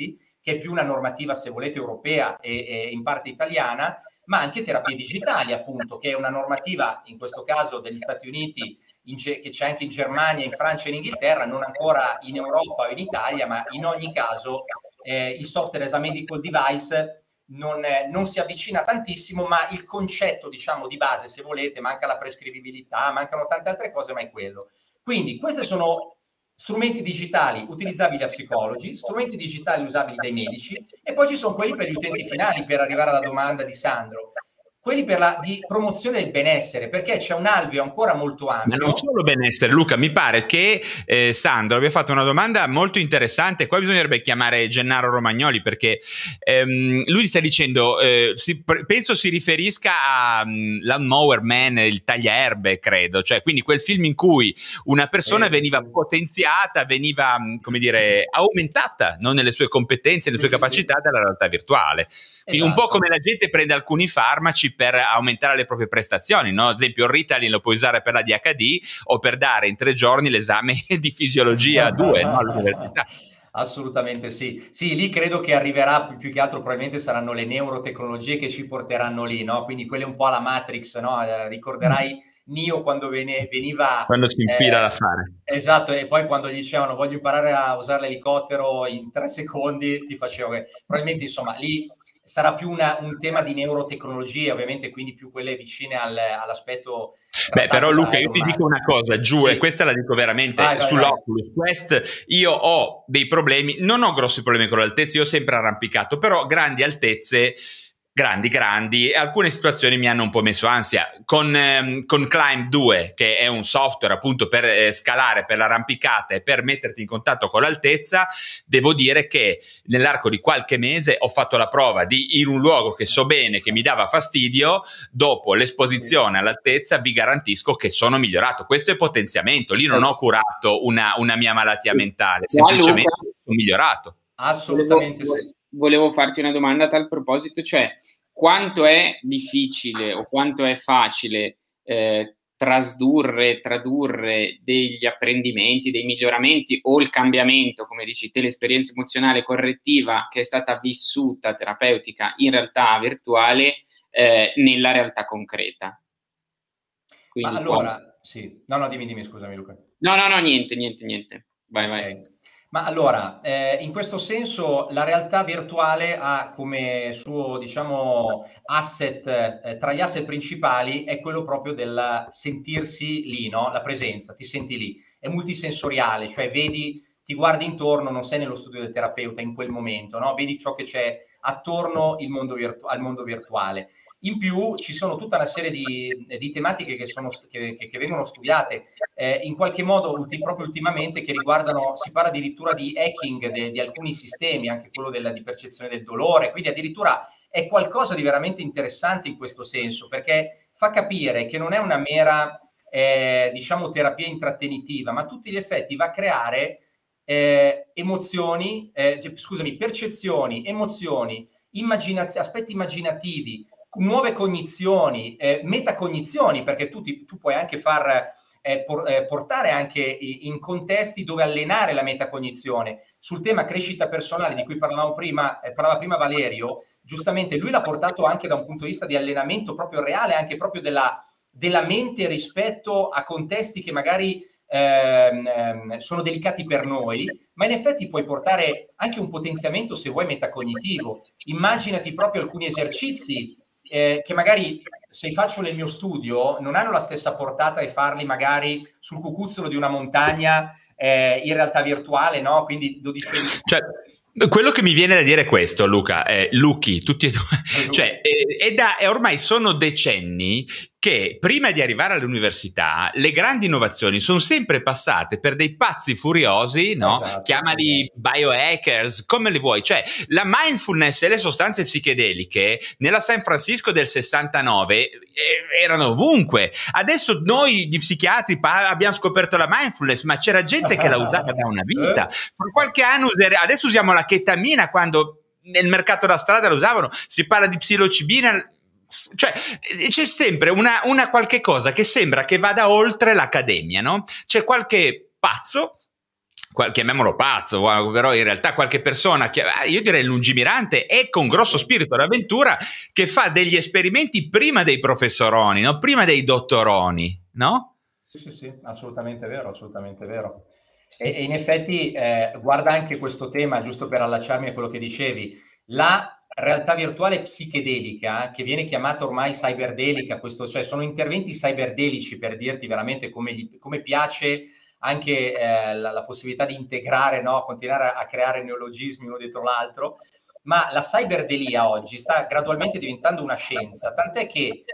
che è più una normativa, se volete, europea e, e in parte italiana, ma anche terapie digitali, appunto, che è una normativa, in questo caso degli Stati Uniti, in, che c'è anche in Germania, in Francia e in Inghilterra, non ancora in Europa o in Italia, ma in ogni caso eh, il software as a medical device non, eh, non si avvicina tantissimo, ma il concetto, diciamo, di base, se volete, manca la prescrivibilità, mancano tante altre cose, ma è quello. Quindi questi sono strumenti digitali utilizzabili a psicologi, strumenti digitali usabili dai medici, e poi ci sono quelli per gli utenti finali, per arrivare alla domanda di Sandro. Quelli per la di promozione del benessere, perché c'è un alveo ancora molto ampio. Ma non solo benessere, Luca, mi pare che eh, Sandro abbia fatto una domanda molto interessante. Qua bisognerebbe chiamare Gennaro Romagnoli, perché ehm, lui sta dicendo, eh, si, penso si riferisca a um, Lawnmower Man, il tagliaerbe, credo, cioè quindi quel film in cui una persona eh, veniva sì. potenziata, veniva, come dire, aumentata, no? nelle sue competenze, nelle sue sì, capacità sì. dalla realtà virtuale. Quindi esatto. un po' come la gente prende alcuni farmaci per aumentare le proprie prestazioni, no? Ad esempio il Ritalin lo puoi usare per la D H D o per dare in tre giorni l'esame di fisiologia due, no? all'università. Assolutamente sì. Sì, lì credo che arriverà, più, più che altro probabilmente saranno le neurotecnologie che ci porteranno lì, no? Quindi quelle un po' alla Matrix, no? Eh, ricorderai Neo quando vene, veniva... Quando si infila eh, da fare. Esatto, e poi quando gli dicevano voglio imparare a usare l'elicottero in tre secondi, ti facevo... Probabilmente, insomma, lì... sarà più una, un tema di neurotecnologie, ovviamente, quindi più quelle vicine al, all'aspetto... Beh, però Luca, io ti dico una cosa, giù, sì. e questa la dico veramente, vai, vai, sull'Oculus Quest io ho dei problemi, non ho grossi problemi con l'altezza, io ho sempre arrampicato, però grandi altezze... grandi grandi e alcune situazioni mi hanno un po' messo ansia con, ehm, con Climb due, che è un software appunto per eh, scalare, per l'arrampicata e per metterti in contatto con l'altezza. Devo dire che nell'arco di qualche mese ho fatto la prova di in un luogo che so bene che mi dava fastidio, dopo l'esposizione all'altezza vi garantisco che sono migliorato. Questo è potenziamento, lì non ho curato una, una mia malattia mentale, semplicemente sono migliorato. Assolutamente sì. Volevo farti una domanda a tal proposito, cioè quanto è difficile o quanto è facile eh, trasdurre, tradurre degli apprendimenti, dei miglioramenti o il cambiamento, come dici te, l'esperienza emozionale correttiva che è stata vissuta, terapeutica, in realtà virtuale, eh, nella realtà concreta. Quindi, Ma allora, quando... sì. No, no, dimmi, dimmi, scusami Luca. No, no, no, niente, niente, niente. Vai, okay. vai. Ma allora, eh, in questo senso la realtà virtuale ha come suo, diciamo, asset, eh, tra gli asset principali è quello proprio del sentirsi lì, no? La presenza, ti senti lì. È multisensoriale, cioè vedi, ti guardi intorno, non sei nello studio del terapeuta in quel momento, no? Vedi ciò che c'è attorno il mondo virtu- al mondo virtuale. In più ci sono tutta una serie di, di tematiche che, sono, che, che vengono studiate eh, in qualche modo ulti, proprio ultimamente, che riguardano, si parla addirittura di hacking de, di alcuni sistemi, anche quello della, di percezione del dolore, quindi addirittura è qualcosa di veramente interessante in questo senso, perché fa capire che non è una mera eh, diciamo terapia intrattenitiva, ma a tutti gli effetti va a creare eh, emozioni, eh, scusami, percezioni, emozioni, immaginaz- aspetti immaginativi, nuove cognizioni, eh, metacognizioni, perché tu, ti, tu puoi anche far eh, por, eh, portare anche in contesti dove allenare la metacognizione. Sul tema crescita personale di cui parlavamo prima, eh, parlava prima Valerio, giustamente lui l'ha portato anche da un punto di vista di allenamento proprio reale, anche proprio della, della mente rispetto a contesti che magari ehm, sono delicati per noi, ma in effetti puoi portare anche un potenziamento, se vuoi, metacognitivo. Immaginati proprio alcuni esercizi eh, che magari, se li faccio nel mio studio, non hanno la stessa portata e farli magari sul cucuzzolo di una montagna eh, in realtà virtuale, no? Quindi dodici... Cioè, quello che mi viene da dire è questo, Luca, eh, Luchi, tutti e due, cioè, è, è, da, è ormai sono decenni che prima di arrivare all'università le grandi innovazioni sono sempre passate per dei pazzi furiosi, no? Esatto, chiamali biohackers, come li vuoi, cioè la mindfulness e le sostanze psichedeliche nella San Francisco del sessantanove eh, erano ovunque. Adesso noi di psichiatri pa- abbiamo scoperto la mindfulness, ma c'era gente che la usava da una vita. Per qualche anno user- adesso usiamo la chetamina, quando nel mercato da strada lo usavano, si parla di psilocibina. Cioè c'è sempre una, una qualche cosa che sembra che vada oltre l'accademia, no? C'è qualche pazzo chiamiamolo pazzo, però in realtà qualche persona, io direi lungimirante e con grosso spirito d'avventura, che fa degli esperimenti prima dei professoroni, no? Prima dei dottoroni, no? Sì, sì, sì, assolutamente vero, assolutamente vero. E, e in effetti eh, guarda anche questo tema, giusto per allacciarmi a quello che dicevi, la realtà virtuale psichedelica, che viene chiamata ormai cyberdelica, questo, cioè sono interventi cyberdelici, per dirti veramente come, gli, come piace anche eh, la, la possibilità di integrare, no? Continuare a, a creare neologismi uno dietro l'altro, ma la cyberdelia oggi sta gradualmente diventando una scienza, tant'è che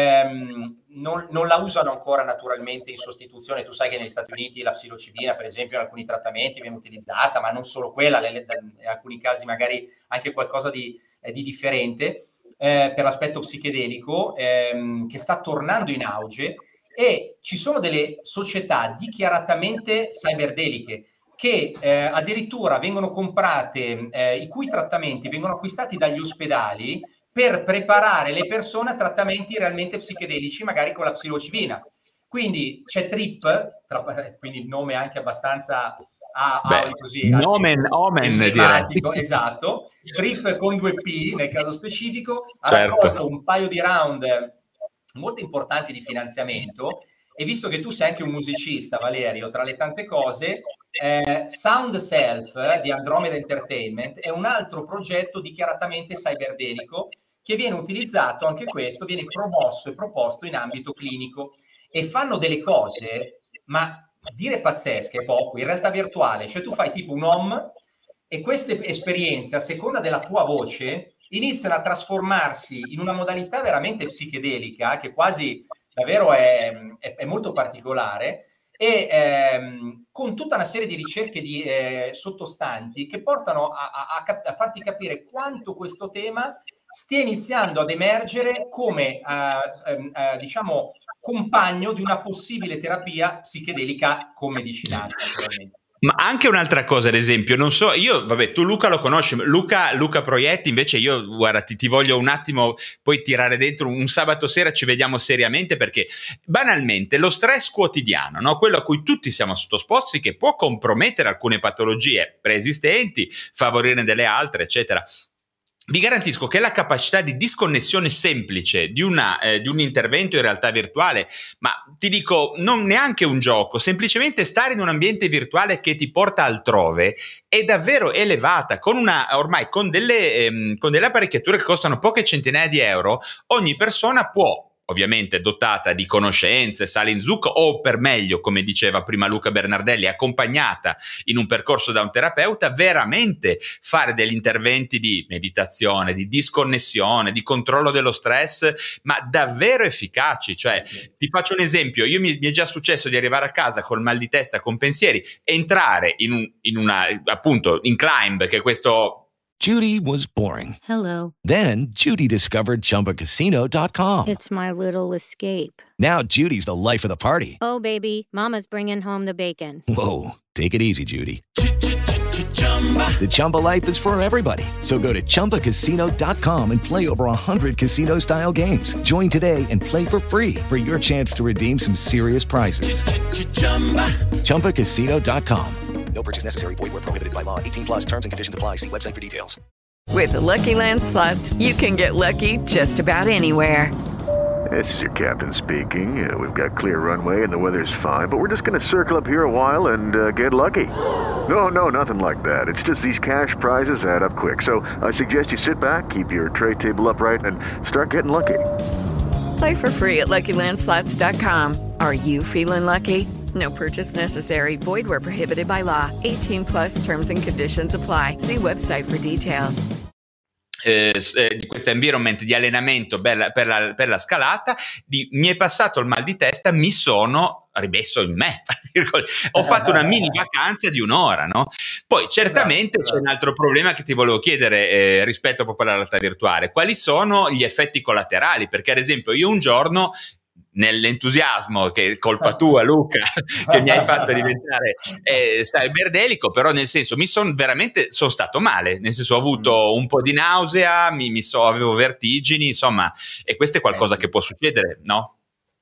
ehm, non, non la usano ancora naturalmente in sostituzione. Tu sai che negli Stati Uniti la psilocibina, per esempio, in alcuni trattamenti viene utilizzata, ma non solo quella, le, le, in alcuni casi magari anche qualcosa di, eh, di differente eh, per l'aspetto psichedelico ehm, che sta tornando in auge. E ci sono delle società dichiaratamente cyberdeliche che eh, addirittura vengono comprate, eh, i cui trattamenti vengono acquistati dagli ospedali per preparare le persone a trattamenti realmente psichedelici, magari con la psilocibina. Quindi c'è Trip, tra, quindi il nome anche abbastanza a, Beh, a, così, nomen omen, direi. Esatto, Trip con due P nel caso specifico, ha certo. raccolto un paio di round molto importanti di finanziamento, e visto che tu sei anche un musicista, Valerio, tra le tante cose, eh, Sound Self di Andromeda Entertainment è un altro progetto dichiaratamente cyberdelico che viene utilizzato, anche questo viene promosso e proposto in ambito clinico, e fanno delle cose, ma dire pazzesche è poco, in realtà virtuale, cioè tu fai tipo un home e queste esperienze, a seconda della tua voce, iniziano a trasformarsi in una modalità veramente psichedelica, che quasi davvero è, è, è molto particolare, e ehm, con tutta una serie di ricerche di, eh, sottostanti che portano a, a, a, a farti capire quanto questo tema stia iniziando ad emergere come, uh, uh, uh, diciamo, compagno di una possibile terapia psichedelica con medicinale, naturalmente. Ma anche un'altra cosa, ad esempio, non so, io, vabbè, tu Luca lo conosci, Luca, Luca Proietti, invece io, guarda, ti, ti voglio un attimo poi tirare dentro, un sabato sera ci vediamo seriamente, perché banalmente lo stress quotidiano, no? Quello a cui tutti siamo sottoposti, che può compromettere alcune patologie preesistenti, favorirne delle altre, eccetera. Vi garantisco che la capacità di disconnessione semplice di, una, eh, di un intervento in realtà virtuale, ma ti dico non neanche un gioco, semplicemente stare in un ambiente virtuale che ti porta altrove, è davvero elevata, con una ormai con delle, ehm, con delle apparecchiature che costano poche centinaia di euro. Ogni persona può, ovviamente dotata di conoscenze, sale in zucco, o per meglio, come diceva prima Luca Bernardelli, accompagnata in un percorso da un terapeuta, veramente fare degli interventi di meditazione, di disconnessione, di controllo dello stress, ma davvero efficaci. Cioè, ti faccio un esempio, io mi, mi è già successo di arrivare a casa col mal di testa, con pensieri, entrare in, un, in una, appunto, in Climb, che è questo... Judy was boring. Hello. Then Judy discovered Chumba Casino dot com. It's my little escape. Now Judy's the life of the party. Oh, baby, mama's bringing home the bacon. Whoa, take it easy, Judy. The Chumba life is for everybody. So go to Chumba Casino dot com and play over one hundred casino-style games. Join today and play for free for your chance to redeem some serious prizes. Chumba Casino dot com. No purchase necessary. Void where prohibited by law. eighteen plus terms and conditions apply. See website for details. With the Lucky Land Slots, you can get lucky just about anywhere. This is your captain speaking. Uh, we've got clear runway and the weather's fine, but we're just going to circle up here a while and uh, get lucky. No, no, nothing like that. It's just these cash prizes add up quick. So I suggest you sit back, keep your tray table upright, and start getting lucky. Play for free at Lucky Land Slots dot com. Are you feeling lucky? No purchase necessary. Void where prohibited by law. eighteen plus terms and conditions apply. See website for details. Eh, di questo environment di allenamento per la, per la, per la scalata, di, mi è passato il mal di testa, mi sono rimesso in me, ho fatto una mini vacanza di un'ora, no? Poi certamente c'è un altro problema che ti volevo chiedere eh, rispetto proprio alla realtà virtuale: quali sono gli effetti collaterali? Perché ad esempio io un giorno, nell'entusiasmo, che è colpa tua Luca che mi hai fatto diventare eh, cyberdelico, però nel senso mi sono veramente sono stato male, nel senso ho avuto un po' di nausea, mi, mi so, avevo vertigini, insomma, e questo è qualcosa che può succedere, no?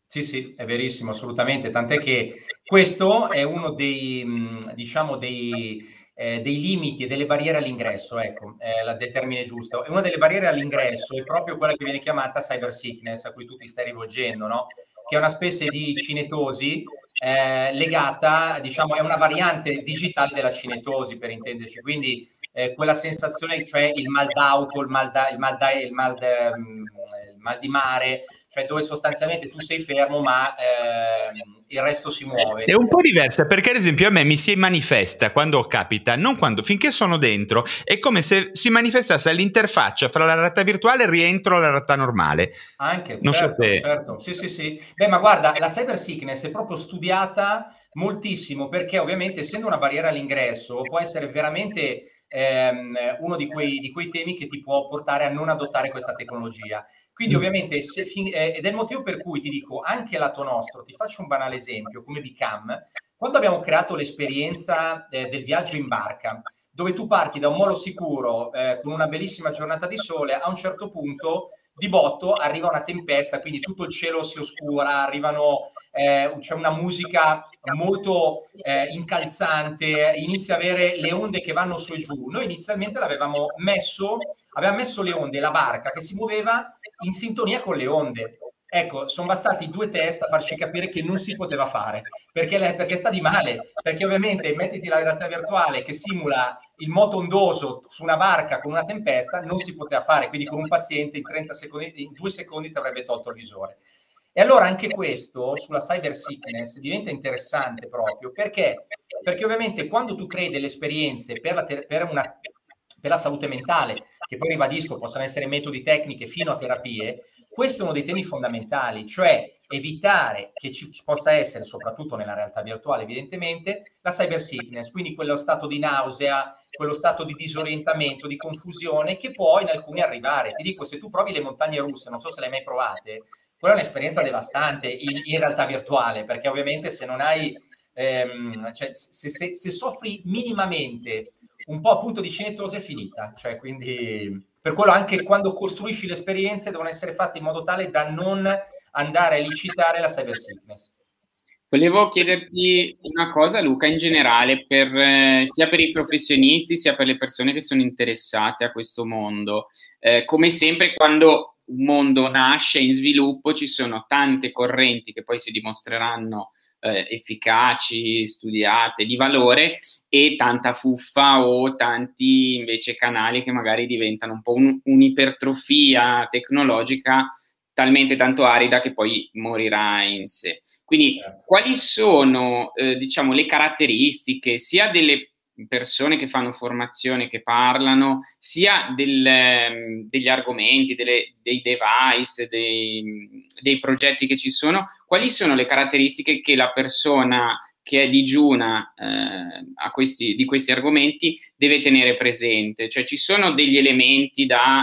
Sì, sì, è verissimo, assolutamente, tant'è che questo è uno dei, diciamo, dei, eh, dei limiti e delle barriere all'ingresso, ecco, è la, del termine giusto. E una delle barriere all'ingresso è proprio quella che viene chiamata cyber sickness, a cui tu ti stai rivolgendo, no? Che è una specie di cinetosi eh, legata, diciamo, è una variante digitale della cinetosi, per intenderci, quindi eh, quella sensazione, cioè il mal d'auto, il mal, da, il mal, da, il mal, de, il mal di mare, cioè dove sostanzialmente tu sei fermo ma eh, il resto si muove. È un po' diversa perché ad esempio a me mi si manifesta quando capita, non quando, finché sono dentro, è come se si manifestasse all'interfaccia fra la realtà virtuale e il rientro alla realtà normale. Anche, non certo, so se... certo, sì sì sì. Beh, ma guarda, la cyber sickness è proprio studiata moltissimo perché ovviamente essendo una barriera all'ingresso può essere veramente ehm, uno di quei, di quei temi che ti può portare a non adottare questa tecnologia. Quindi ovviamente, se, eh, ed è il motivo per cui ti dico, anche lato nostro, ti faccio un banale esempio, come Bicam, quando abbiamo creato l'esperienza eh, del viaggio in barca, dove tu parti da un molo sicuro eh, con una bellissima giornata di sole, a un certo punto di botto arriva una tempesta, quindi tutto il cielo si oscura, arrivano... Eh, c'è una musica molto eh, incalzante, inizia a avere le onde che vanno su e giù. Noi inizialmente l'avevamo messo, aveva messo le onde, la barca che si muoveva in sintonia con le onde. Ecco, sono bastati due test a farci capire che non si poteva fare, perché, perché sta di male, perché ovviamente mettiti la realtà virtuale che simula il moto ondoso su una barca con una tempesta, non si poteva fare, quindi con un paziente in trenta secondi, in due secondi ti avrebbe tolto il visore. E allora anche questo sulla cyber sickness diventa interessante proprio perché, perché ovviamente quando tu crei delle esperienze per la, per, una, per la salute mentale, che poi ribadisco possono essere metodi tecniche fino a terapie, questo è uno dei temi fondamentali, cioè evitare che ci possa essere, soprattutto nella realtà virtuale evidentemente, la cyber sickness, quindi quello stato di nausea, quello stato di disorientamento, di confusione che può in alcuni arrivare. Ti dico, se tu provi le montagne russe, non so se le hai mai provate, quella è un'esperienza devastante in, in realtà virtuale, perché ovviamente se non hai, ehm, cioè se, se, se soffri minimamente un po' appunto di cinetosi è finita, cioè quindi per quello anche quando costruisci le esperienze devono essere fatte in modo tale da non andare a licitare la cyber sickness. Volevo chiederti una cosa, Luca, in generale, per, eh, sia per i professionisti sia per le persone che sono interessate a questo mondo. Eh, come sempre, quando un mondo nasce in sviluppo ci sono tante correnti che poi si dimostreranno eh, efficaci, studiate, di valore, e tanta fuffa o tanti invece canali che magari diventano un po' un, un'ipertrofia tecnologica talmente tanto arida che poi morirà in sé. Quindi certo. Quali sono eh, diciamo le caratteristiche sia delle persone che fanno formazione, che parlano, sia del, degli argomenti, delle, dei device, dei, dei progetti che ci sono, quali sono le caratteristiche che la persona che è digiuna eh, a questi, di questi argomenti deve tenere presente? Cioè ci sono degli elementi da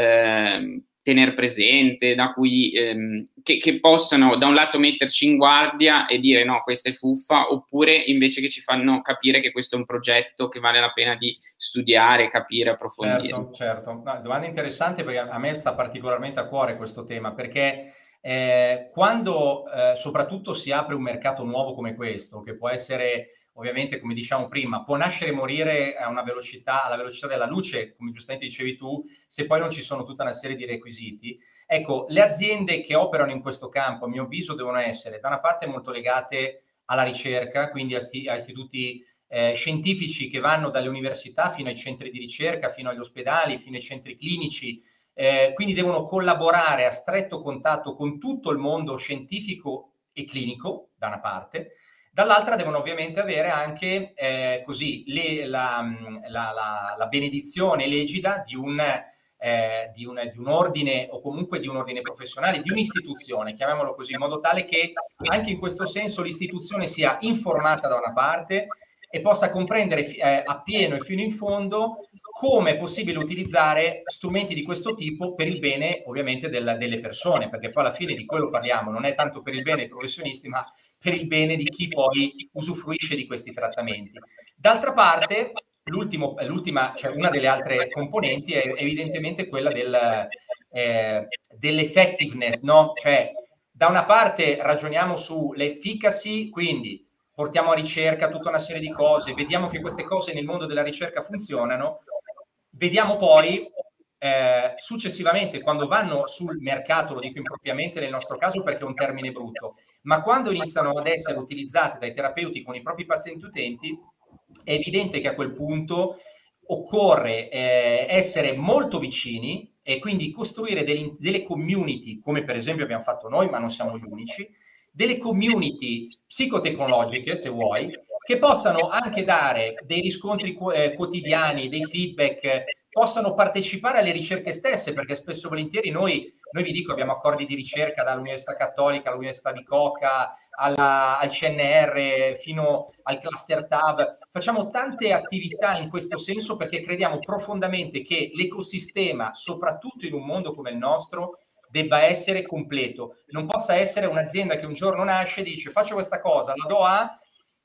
eh, tenere presente, da cui ehm, che, che possano da un lato metterci in guardia e dire no, questa è fuffa, oppure invece che ci fanno capire che questo è un progetto che vale la pena di studiare, capire, approfondire. Certo, certo. No, domanda interessante perché a me sta particolarmente a cuore questo tema, perché eh, quando eh, soprattutto si apre un mercato nuovo come questo, che può essere ovviamente, come diciamo prima, può nascere e morire a una velocità, alla velocità della luce, come giustamente dicevi tu, se poi non ci sono tutta una serie di requisiti. Ecco, le aziende che operano in questo campo, a mio avviso, devono essere da una parte molto legate alla ricerca, quindi a, sti- a istituti eh, scientifici che vanno dalle università fino ai centri di ricerca, fino agli ospedali, fino ai centri clinici, eh, quindi devono collaborare a stretto contatto con tutto il mondo scientifico e clinico, da una parte. Dall'altra devono ovviamente avere anche eh, così le, la, la, la, la benedizione legida di un, eh, di, un, di un ordine o comunque di un ordine professionale, di un'istituzione, chiamiamolo così, in modo tale che anche in questo senso l'istituzione sia informata da una parte e possa comprendere eh, appieno e fino in fondo come è possibile utilizzare strumenti di questo tipo per il bene ovviamente del, delle persone, perché poi alla fine di quello parliamo, non è tanto per il bene dei professionisti, ma per il bene di chi poi usufruisce di questi trattamenti. D'altra parte, l'ultimo, l'ultima, cioè una delle altre componenti è evidentemente quella del, eh, dell'effectiveness, no? Cioè da una parte ragioniamo sull'efficacy, quindi portiamo a ricerca tutta una serie di cose, vediamo che queste cose nel mondo della ricerca funzionano, vediamo poi eh, successivamente quando vanno sul mercato, lo dico impropriamente nel nostro caso perché è un termine brutto, ma quando iniziano ad essere utilizzate dai terapeuti con i propri pazienti utenti, è evidente che a quel punto occorre eh, essere molto vicini e quindi costruire delle, delle community, come per esempio abbiamo fatto noi, ma non siamo gli unici, delle community psicotecnologiche, se vuoi, che possano anche dare dei riscontri eh, quotidiani, dei feedback, eh, possano partecipare alle ricerche stesse, perché spesso e volentieri noi, noi vi dico, abbiamo accordi di ricerca dall'Università Cattolica all'Università di Coca, alla, al C N R, fino al cluster T A V. Facciamo tante attività in questo senso perché crediamo profondamente che l'ecosistema, soprattutto in un mondo come il nostro, debba essere completo. Non possa essere un'azienda che un giorno nasce e dice faccio questa cosa, la do a...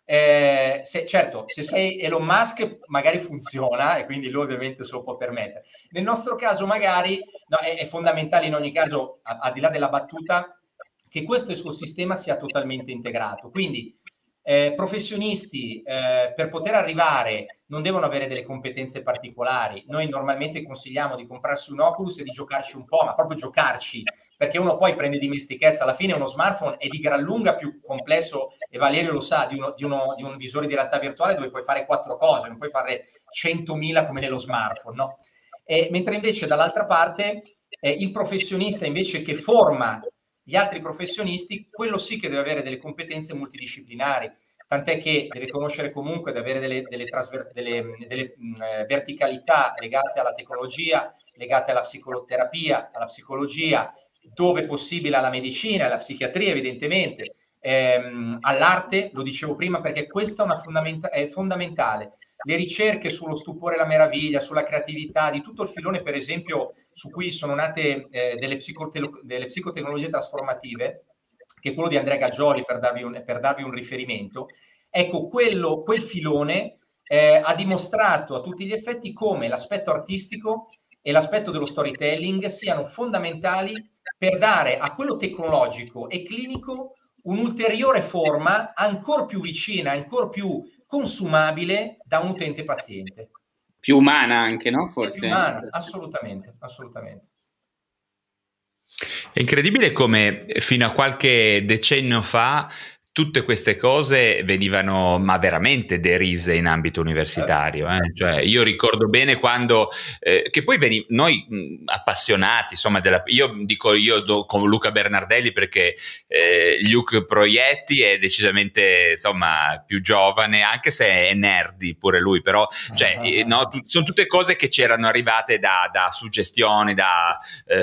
Eh, se, certo, se sei Elon Musk magari funziona e quindi lui ovviamente se lo può permettere. Nel nostro caso magari no, è, è fondamentale in ogni caso, al di là della battuta, che questo ecosistema sia totalmente integrato. Quindi eh, professionisti eh, per poter arrivare non devono avere delle competenze particolari. Noi normalmente consigliamo di comprarsi un Oculus e di giocarci un po', ma proprio giocarci, perché uno poi prende dimestichezza. Alla fine uno smartphone è di gran lunga più complesso, e Valerio lo sa, di, uno, di, uno, di un visore di realtà virtuale dove puoi fare quattro cose, non puoi fare centomila come nello smartphone, no? E, mentre invece dall'altra parte eh, il professionista invece che forma gli altri professionisti, quello sì che deve avere delle competenze multidisciplinari, tant'è che deve conoscere comunque, deve avere delle, delle, trasver- delle, delle mh, verticalità legate alla tecnologia, legate alla psicoterapia, alla psicologia, dove possibile alla medicina, alla psichiatria evidentemente, ehm, all'arte, lo dicevo prima, perché questa è, una fondamenta- è fondamentale. Le ricerche sullo stupore e la meraviglia, sulla creatività, di tutto il filone per esempio su cui sono nate eh, delle, psicote- delle psicotecnologie trasformative, che è quello di Andrea Gaggioli, per darvi un, per darvi un riferimento, ecco, quello, quel filone eh, ha dimostrato a tutti gli effetti come l'aspetto artistico e l'aspetto dello storytelling siano fondamentali per dare a quello tecnologico e clinico un'ulteriore forma ancora più vicina, ancora più consumabile da un utente paziente. Più umana anche, no? Forse. Più umana, assolutamente, assolutamente. È incredibile come fino a qualche decennio fa tutte queste cose venivano ma veramente derise in ambito universitario, eh? Cioè, io ricordo bene quando eh, che poi veni, noi mh, appassionati insomma della, io dico io do, con Luca Bernardelli perché eh, Luke Proietti è decisamente insomma più giovane, anche se è nerdy pure lui, però cioè, eh, no, tu, sono tutte cose che c'erano arrivate da, da suggestioni, da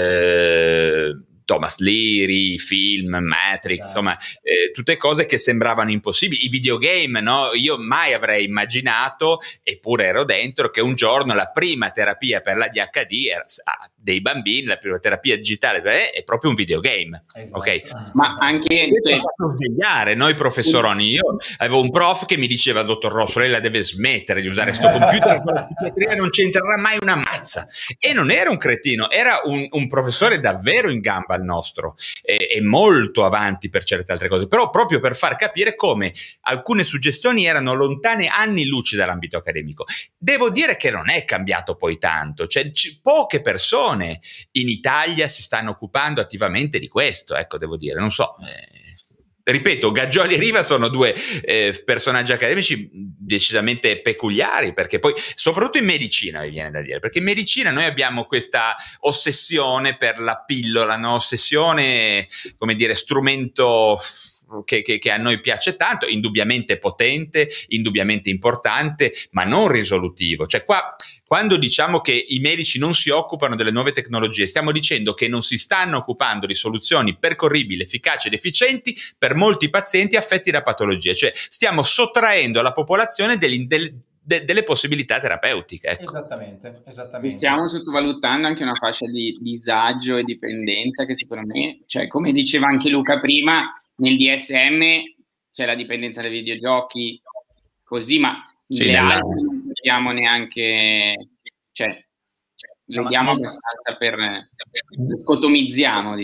eh, Thomas Leary, film, Matrix, insomma, eh, tutte cose che sembravano impossibili. I videogame, no? Io mai avrei immaginato, eppure ero dentro, che un giorno la prima terapia per l'A D H D era, ah, dei bambini, la prima terapia digitale è, è proprio un videogame, esatto. Ok? Ma anche cioè, svegliare noi professoroni. Io avevo un prof che mi diceva: dottor Rosso, lei la deve smettere di usare sto computer, con la psichiatria non c'entrerà mai una mazza. E non era un cretino, era un, un professore davvero in gamba al nostro e, e molto avanti per certe altre cose, però proprio per far capire come alcune suggestioni erano lontane anni luce dall'ambito accademico. Devo dire che non è cambiato poi tanto, cioè c- poche persone in Italia si stanno occupando attivamente di questo, ecco, devo dire, non so, eh, ripeto, Gaggioli e Riva sono due eh, personaggi accademici decisamente peculiari, perché poi soprattutto in medicina mi viene da dire, perché in medicina noi abbiamo questa ossessione per la pillola, no? Ossessione, come dire, strumento Che, che, che a noi piace tanto, indubbiamente potente, indubbiamente importante, ma non risolutivo. Cioè qua, quando diciamo che i medici non si occupano delle nuove tecnologie, stiamo dicendo che non si stanno occupando di soluzioni percorribili, efficaci ed efficienti per molti pazienti affetti da patologie. Cioè stiamo sottraendo alla popolazione degli, del, de, delle possibilità terapeutiche. Ecco. Esattamente, esattamente. Stiamo sottovalutando anche una fascia di disagio e dipendenza che secondo me, cioè come diceva anche Luca prima, nel D S M c'è la dipendenza dai videogiochi, così, ma sì, le altre non vediamo neanche, cioè, cioè vediamo abbastanza per, per scotomizziamo, diciamo.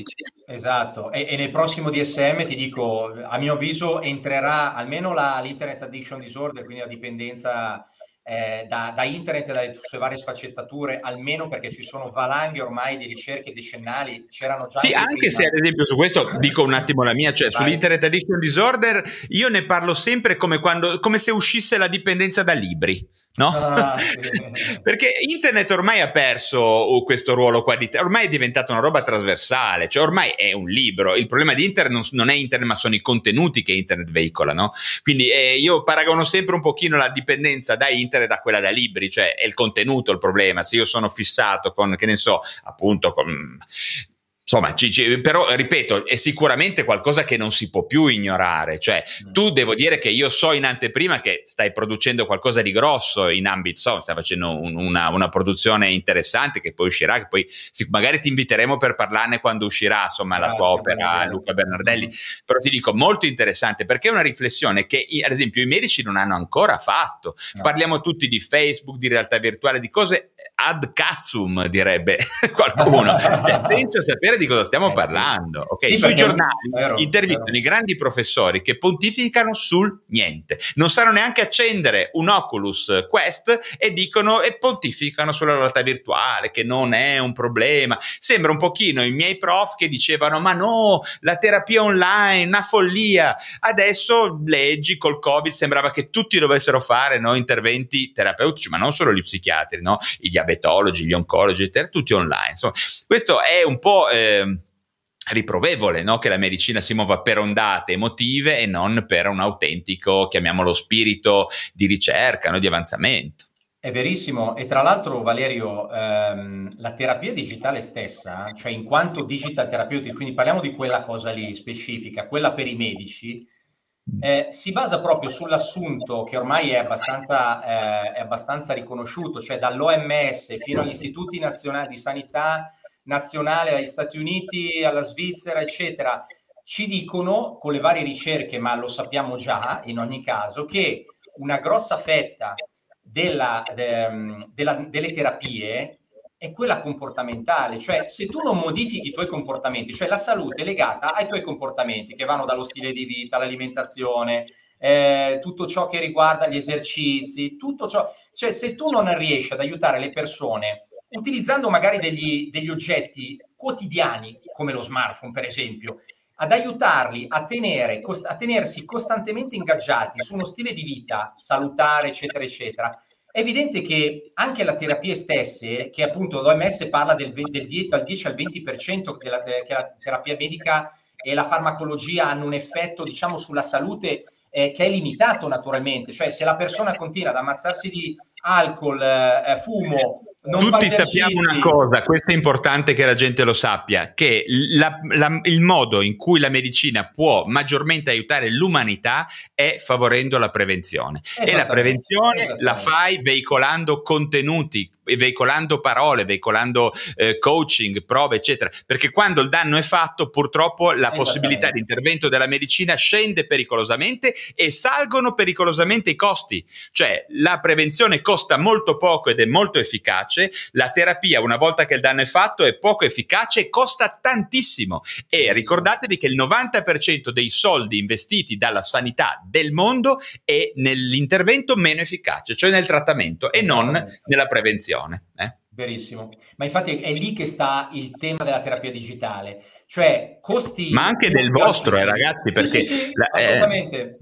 Esatto, e, e nel prossimo D S M ti dico, a mio avviso entrerà almeno la, l'Internet Addiction Disorder, quindi la dipendenza eh, da, da internet e dalle sue varie sfaccettature, almeno perché ci sono valanghe ormai di ricerche decennali, c'erano già... Sì, anche prima. Se ad esempio su questo dico un attimo la mia, cioè Vai. Sull'Internet Addiction Disorder io ne parlo sempre come, quando, come se uscisse la dipendenza da libri, no? Ah, sì. Perché internet ormai ha perso questo ruolo qua, di, ormai è diventata una roba trasversale, cioè ormai è un libro. Il problema di internet non, non è internet, ma sono i contenuti che internet veicola, no? Quindi eh, io paragono sempre un pochino la dipendenza da internet da quella da libri, cioè è il contenuto il problema. Se io sono fissato con, che ne so, appunto con... Insomma, ci, ci, però ripeto, è sicuramente qualcosa che non si può più ignorare, cioè mm. tu devo dire che io so in anteprima che stai producendo qualcosa di grosso in ambito, so, stai facendo un, una, una produzione interessante che poi uscirà, che poi sì, magari ti inviteremo per parlarne quando uscirà, insomma, la ah, tua opera, Luca Bernardelli, mm. però ti dico molto interessante perché è una riflessione che ad esempio i medici non hanno ancora fatto, no. Parliamo tutti di Facebook, di realtà virtuale, di cose ad cazzum direbbe qualcuno, cioè, senza sapere di cosa stiamo eh, parlando. Sì. Okay? Sì, sui giornali vero, intervistano vero. I grandi professori che pontificano sul niente, non sanno neanche accendere un Oculus Quest e dicono e pontificano sulla realtà virtuale che non è un problema. Sembra un pochino i miei prof che dicevano ma no, la terapia online, una follia. Adesso leggi col Covid sembrava che tutti dovessero fare, no, interventi terapeutici, ma non solo gli psichiatri, no, i diabetologi, gli oncologi, tutti online. Insomma, questo è un po' eh, riprovevole, no? Che la medicina si muova per ondate emotive e non per un autentico, chiamiamolo, spirito di ricerca, no? Di avanzamento. È verissimo, e tra l'altro Valerio, ehm, la terapia digitale stessa, cioè in quanto digital therapeutic, quindi parliamo di quella cosa lì specifica, quella per i medici, Eh, si basa proprio sull'assunto che ormai è abbastanza, eh, è abbastanza riconosciuto, cioè dall'O M S fino agli istituti nazionali di sanità nazionale, agli Stati Uniti, alla Svizzera, eccetera, ci dicono con le varie ricerche, ma lo sappiamo già in ogni caso, che una grossa fetta della, de, della, delle terapie è quella comportamentale, cioè se tu non modifichi i tuoi comportamenti, cioè la salute è legata ai tuoi comportamenti che vanno dallo stile di vita, all'alimentazione, eh, tutto ciò che riguarda gli esercizi, tutto ciò, cioè se tu non riesci ad aiutare le persone utilizzando magari degli, degli oggetti quotidiani come lo smartphone per esempio, ad aiutarli a, tenere, a tenersi costantemente ingaggiati su uno stile di vita salutare eccetera eccetera, è evidente che anche le terapie stesse, che appunto l'O M S parla del, del dal dieci al venti per cento che la, che la terapia medica e la farmacologia hanno un effetto, diciamo, sulla salute eh, che è limitato naturalmente. Cioè se la persona continua ad ammazzarsi di alcol, eh, fumo, non tutti sappiamo una cosa, questo è importante che la gente lo sappia, che la, la, il modo in cui la medicina può maggiormente aiutare l'umanità è favorendo la prevenzione, e la prevenzione la fai veicolando contenuti, veicolando parole, veicolando eh, coaching, prove eccetera, perché quando il danno è fatto purtroppo la possibilità di intervento della medicina scende pericolosamente e salgono pericolosamente i costi, cioè la prevenzione costa molto poco ed è molto efficace, la terapia una volta che il danno è fatto è poco efficace e costa tantissimo, e ricordatevi che il novanta per cento dei soldi investiti dalla sanità del mondo è nell'intervento meno efficace, cioè nel trattamento e non nella prevenzione. Eh? Verissimo, ma infatti è lì che sta il tema della terapia digitale, cioè costi... Ma anche del vostro, eh, ragazzi, perché... Sì, sì, sì, la, assolutamente. Eh...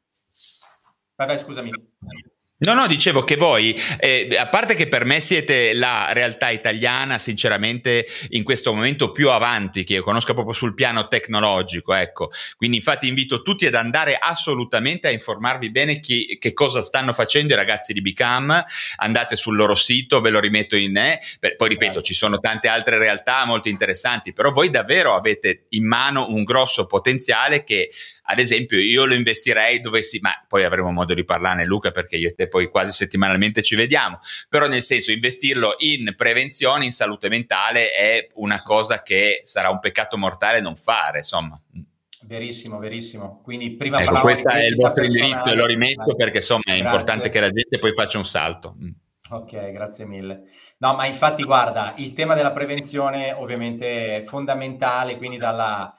Vai, vai, scusami. No, no, dicevo che voi, eh, a parte che per me siete la realtà italiana, sinceramente, in questo momento più avanti, che io conosco proprio sul piano tecnologico, ecco. Quindi infatti invito tutti ad andare assolutamente a informarvi bene chi, che cosa stanno facendo i ragazzi di Become, andate sul loro sito, ve lo rimetto in... Eh, poi ripeto, ci sono tante altre realtà molto interessanti, però voi davvero avete in mano un grosso potenziale che... Ad esempio io lo investirei dovessi, ma poi avremo modo di parlarne Luca perché io e te poi quasi settimanalmente ci vediamo, però nel senso investirlo in prevenzione, in salute mentale è una cosa che sarà un peccato mortale non fare, insomma. Verissimo, verissimo. Quindi prima ecco, questo è il vostro indirizzo e lo rimetto perché insomma è Grazie. Importante che la gente poi faccia un salto. Ok, grazie mille. No, ma infatti guarda, il tema della prevenzione ovviamente è fondamentale, quindi dalla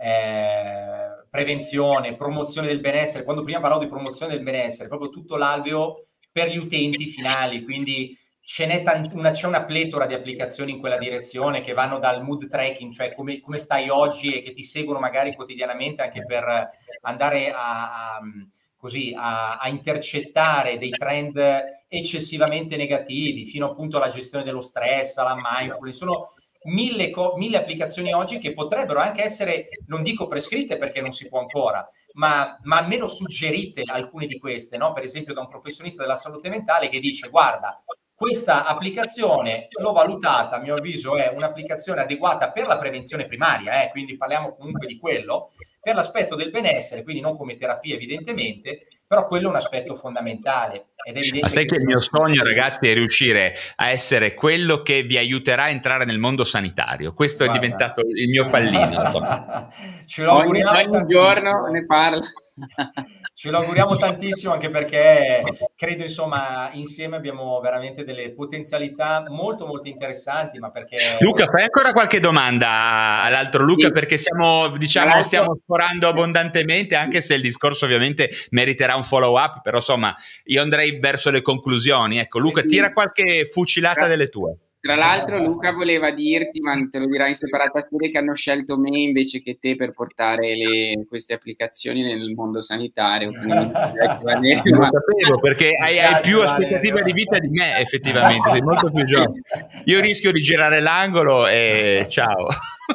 eh, prevenzione, promozione del benessere. Quando prima parlavo di promozione del benessere, proprio tutto l'alveo per gli utenti finali, quindi ce n'è tant- una, c'è una pletora di applicazioni in quella direzione che vanno dal mood tracking, cioè come, come stai oggi, e che ti seguono magari quotidianamente anche per andare a, a così a, a intercettare dei trend eccessivamente negativi, fino appunto alla gestione dello stress, alla mindfulness. Sono mille, co- mille applicazioni oggi che potrebbero anche essere, non dico prescritte perché non si può ancora, ma, ma almeno suggerite alcune di queste, no? Per esempio da un professionista della salute mentale che dice: guarda, questa applicazione l'ho valutata, a mio avviso è un'applicazione adeguata per la prevenzione primaria, eh? Quindi parliamo comunque di quello, per l'aspetto del benessere, quindi non come terapia evidentemente, però quello è un aspetto fondamentale. Ed è evidente. Ma sai che, che il mio sogno, ragazzi, è riuscire a essere quello che vi aiuterà a entrare nel mondo sanitario. Questo Guarda. È diventato il mio pallino. Ce lo auguriamo ogni, ogni giorno ne parlo. Ce lo auguriamo tantissimo, anche perché credo, insomma, insieme abbiamo veramente delle potenzialità molto molto interessanti. Ma perché Luca, fai ancora qualche domanda all'altro Luca, sì. Perché siamo, diciamo, stiamo sforando abbondantemente, anche se il discorso ovviamente meriterà un follow up, però insomma io andrei verso le conclusioni. Ecco, Luca, tira qualche fucilata delle tue. Tra l'altro Luca voleva dirti, ma te lo dirà in separata serie, che hanno scelto me invece che te per portare le, queste applicazioni nel mondo sanitario. Quindi, non lo sapevo, perché hai, hai più aspettative di vita di me, effettivamente, sei molto più giovane. Io rischio di girare l'angolo e ciao.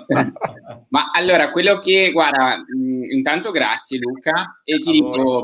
Ma allora, quello che, guarda, mh, intanto grazie Luca, e ti dico...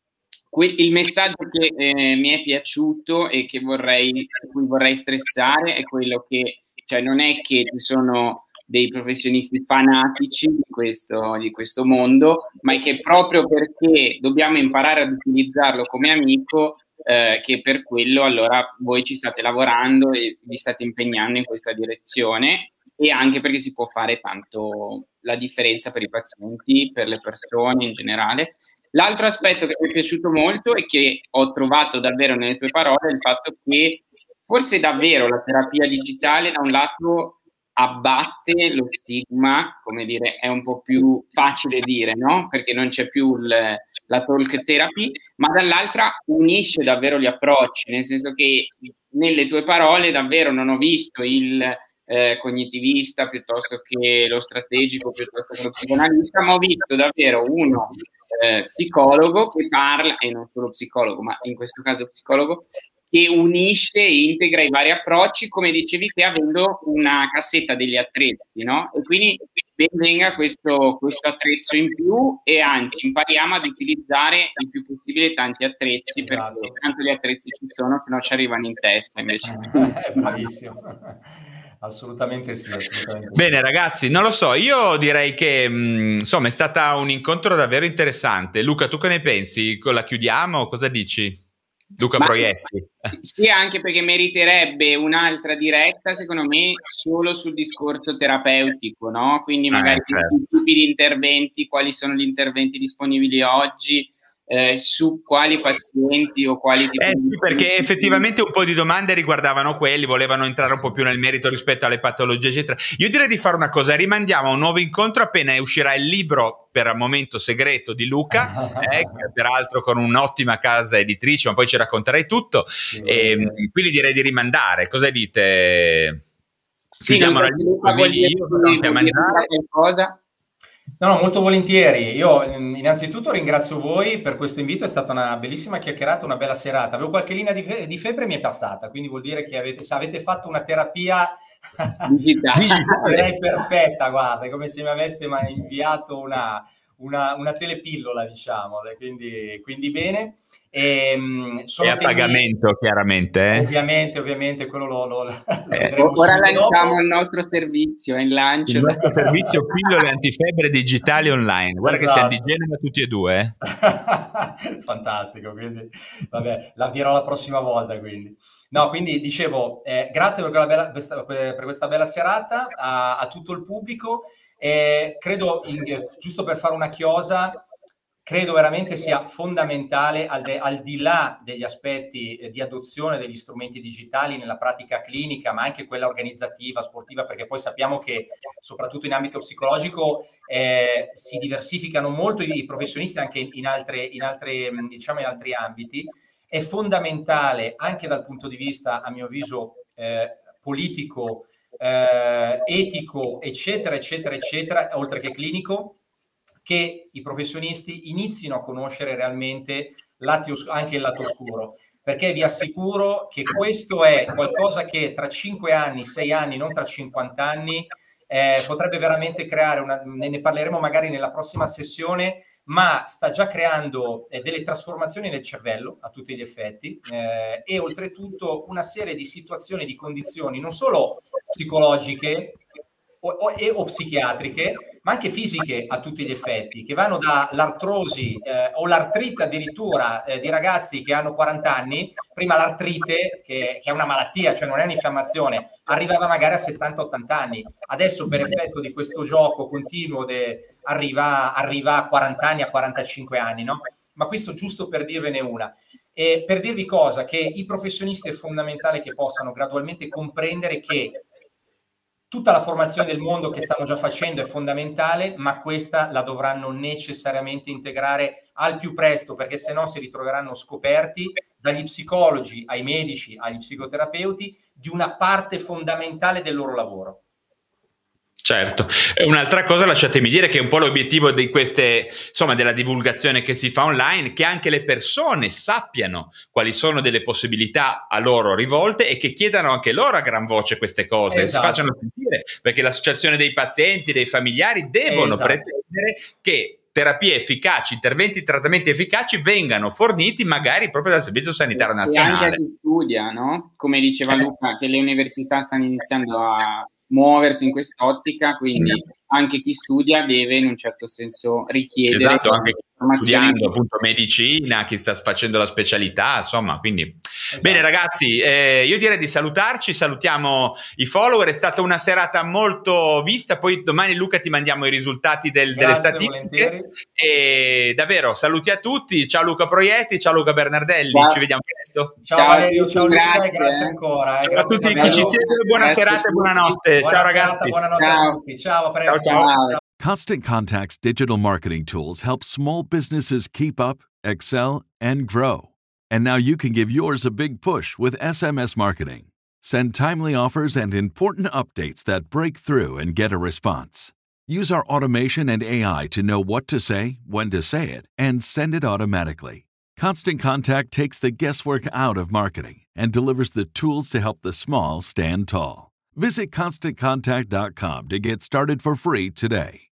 il messaggio che eh, mi è piaciuto e che vorrei, cui vorrei stressare è quello che, cioè, non è che ci sono dei professionisti fanatici di questo, di questo mondo, ma è che proprio perché dobbiamo imparare ad utilizzarlo come amico, eh, che per quello allora voi ci state lavorando e vi state impegnando in questa direzione, e anche perché si può fare tanto la differenza per i pazienti, per le persone in generale. L'altro aspetto che mi è piaciuto molto e che ho trovato davvero nelle tue parole è il fatto che forse davvero la terapia digitale da un lato abbatte lo stigma, come dire, è un po' più facile dire, no? Perché non c'è più il, la talk therapy, ma dall'altra unisce davvero gli approcci, nel senso che nelle tue parole davvero non ho visto il eh, cognitivista piuttosto che lo strategico, piuttosto che lo psicoanalista, ma ho visto davvero uno eh, psicologo che parla, e non solo psicologo, ma in questo caso psicologo, che unisce e integra i vari approcci, come dicevi te, avendo una cassetta degli attrezzi, no? E quindi ben venga questo, questo attrezzo in più, e anzi impariamo ad utilizzare il più possibile tanti attrezzi, esatto. Perché tanto gli attrezzi ci sono, se no ci arrivano in testa invece. Bravissimo. Assolutamente sì, assolutamente sì. Bene ragazzi, non lo so, io direi che mh, insomma è stata un incontro davvero interessante. Luca, tu che ne pensi? La chiudiamo? Cosa dici? Luca Ma, Proietti. Sì, anche perché meriterebbe un'altra diretta, secondo me, solo sul discorso terapeutico, no? Quindi magari eh, certo. I tipi di interventi, quali sono gli interventi disponibili oggi, eh, su quali pazienti o quali tipi eh, di... sì, perché effettivamente un po' di domande riguardavano quelli, volevano entrare un po' più nel merito rispetto alle patologie eccetera. Io direi di fare una cosa: rimandiamo a un nuovo incontro appena uscirà il libro per il momento segreto di Luca, eh, peraltro con un'ottima casa editrice, ma poi ci racconterai tutto, sì, e, quindi direi di rimandare. Cosa dite? Sì, non so, Luca, vuol dire, vuol dire qualcosa? No, no, molto volentieri. Io innanzitutto ringrazio voi per questo invito, è stata una bellissima chiacchierata, una bella serata. Avevo qualche linea di, fe- di febbre, mi è passata, quindi vuol dire che avete, se avete fatto una terapia digitale, direi perfetta, guarda, è come se mi aveste inviato una, una, una telepillola, diciamo, quindi, quindi bene. E, sono e a temi... pagamento, chiaramente. Eh? Ovviamente, ovviamente, quello lo, lo, lo eh, ora lanciamo il nostro servizio, è in lancio. Il nostro servizio pillole antifebbre digitali online. Guarda esatto. Che siamo di Genova tutti e due. Eh? Fantastico, quindi vabbè, la dirò la prossima volta, quindi. No, quindi dicevo, eh, grazie per, quella bella, questa, per questa bella serata a, a tutto il pubblico. Eh, credo, in, giusto per fare una chiosa, credo veramente sia fondamentale, al, de, al di là degli aspetti eh, di adozione degli strumenti digitali nella pratica clinica, ma anche quella organizzativa, sportiva, perché poi sappiamo che soprattutto in ambito psicologico eh, si diversificano molto i, i professionisti anche in, in, altre, in, altre, diciamo in altri ambiti. È fondamentale anche dal punto di vista, a mio avviso, eh, politico, eh, etico, eccetera, eccetera, eccetera, oltre che clinico, che i professionisti inizino a conoscere realmente lati os- anche il lato oscuro, perché vi assicuro che questo è qualcosa che tra cinque anni, sei anni, non tra cinquanta anni, eh, potrebbe veramente creare una, ne parleremo magari nella prossima sessione, ma sta già creando eh, delle trasformazioni nel cervello a tutti gli effetti eh, e oltretutto una serie di situazioni, di condizioni non solo psicologiche o, o, e, o psichiatriche, ma anche fisiche a tutti gli effetti, che vanno dall'artrosi eh, o l'artrite addirittura eh, di ragazzi che hanno quaranta anni. Prima l'artrite, che, che è una malattia, cioè non è un'infiammazione, arrivava magari a settanta ottanta anni. Adesso per effetto di questo gioco continuo de, arriva, arriva a quaranta anni, a quarantacinque anni, no? Ma questo giusto per dirvene una. E per dirvi cosa, che i professionisti è fondamentale che possano gradualmente comprendere che tutta la formazione del mondo che stanno già facendo è fondamentale, ma questa la dovranno necessariamente integrare al più presto, perché se no si ritroveranno scoperti dagli psicologi ai medici, agli psicoterapeuti, di una parte fondamentale del loro lavoro. Certo, e un'altra cosa lasciatemi dire che è un po' l'obiettivo di queste, insomma, della divulgazione che si fa online, che anche le persone sappiano quali sono delle possibilità a loro rivolte e che chiedano anche loro a gran voce queste cose, esatto. Si facciano sentire, perché l'associazione dei pazienti, dei familiari devono esatto. pretendere che terapie efficaci, interventi, trattamenti efficaci vengano forniti magari proprio dal Servizio Sanitario Nazionale. E anche chi studia, no? Come diceva certo. Luca, che le università stanno iniziando a muoversi in quest'ottica, quindi anche chi studia deve in un certo senso richiedere esatto, anche chi sta studiando appunto medicina, chi sta facendo la specialità, insomma, quindi esatto. Bene ragazzi, eh, io direi di salutarci, salutiamo i follower, è stata una serata molto vista, poi domani Luca ti mandiamo i risultati del, delle statistiche volentieri. E davvero saluti a tutti, ciao Luca Proietti, ciao Luca Bernardelli, ciao. Ci vediamo presto. Ciao, ciao Valerio, ciao Luca grazie. E grazie ancora. Ciao eh, a tutti chi ci siete, buona grazie serata e buonanotte, buona ciao serata, ragazzi. Buonanotte ciao. A tutti, ciao, a presto. Ciao, ciao. Ciao. Constant Contact's digital marketing tools help small businesses keep up, excel, and grow. And now you can give yours a big push with S M S marketing. Send timely offers and important updates that break through and get a response. Use our automation and A I to know what to say, when to say it, and send it automatically. Constant Contact takes the guesswork out of marketing and delivers the tools to help the small stand tall. Visit constant contact dot com to get started for free today.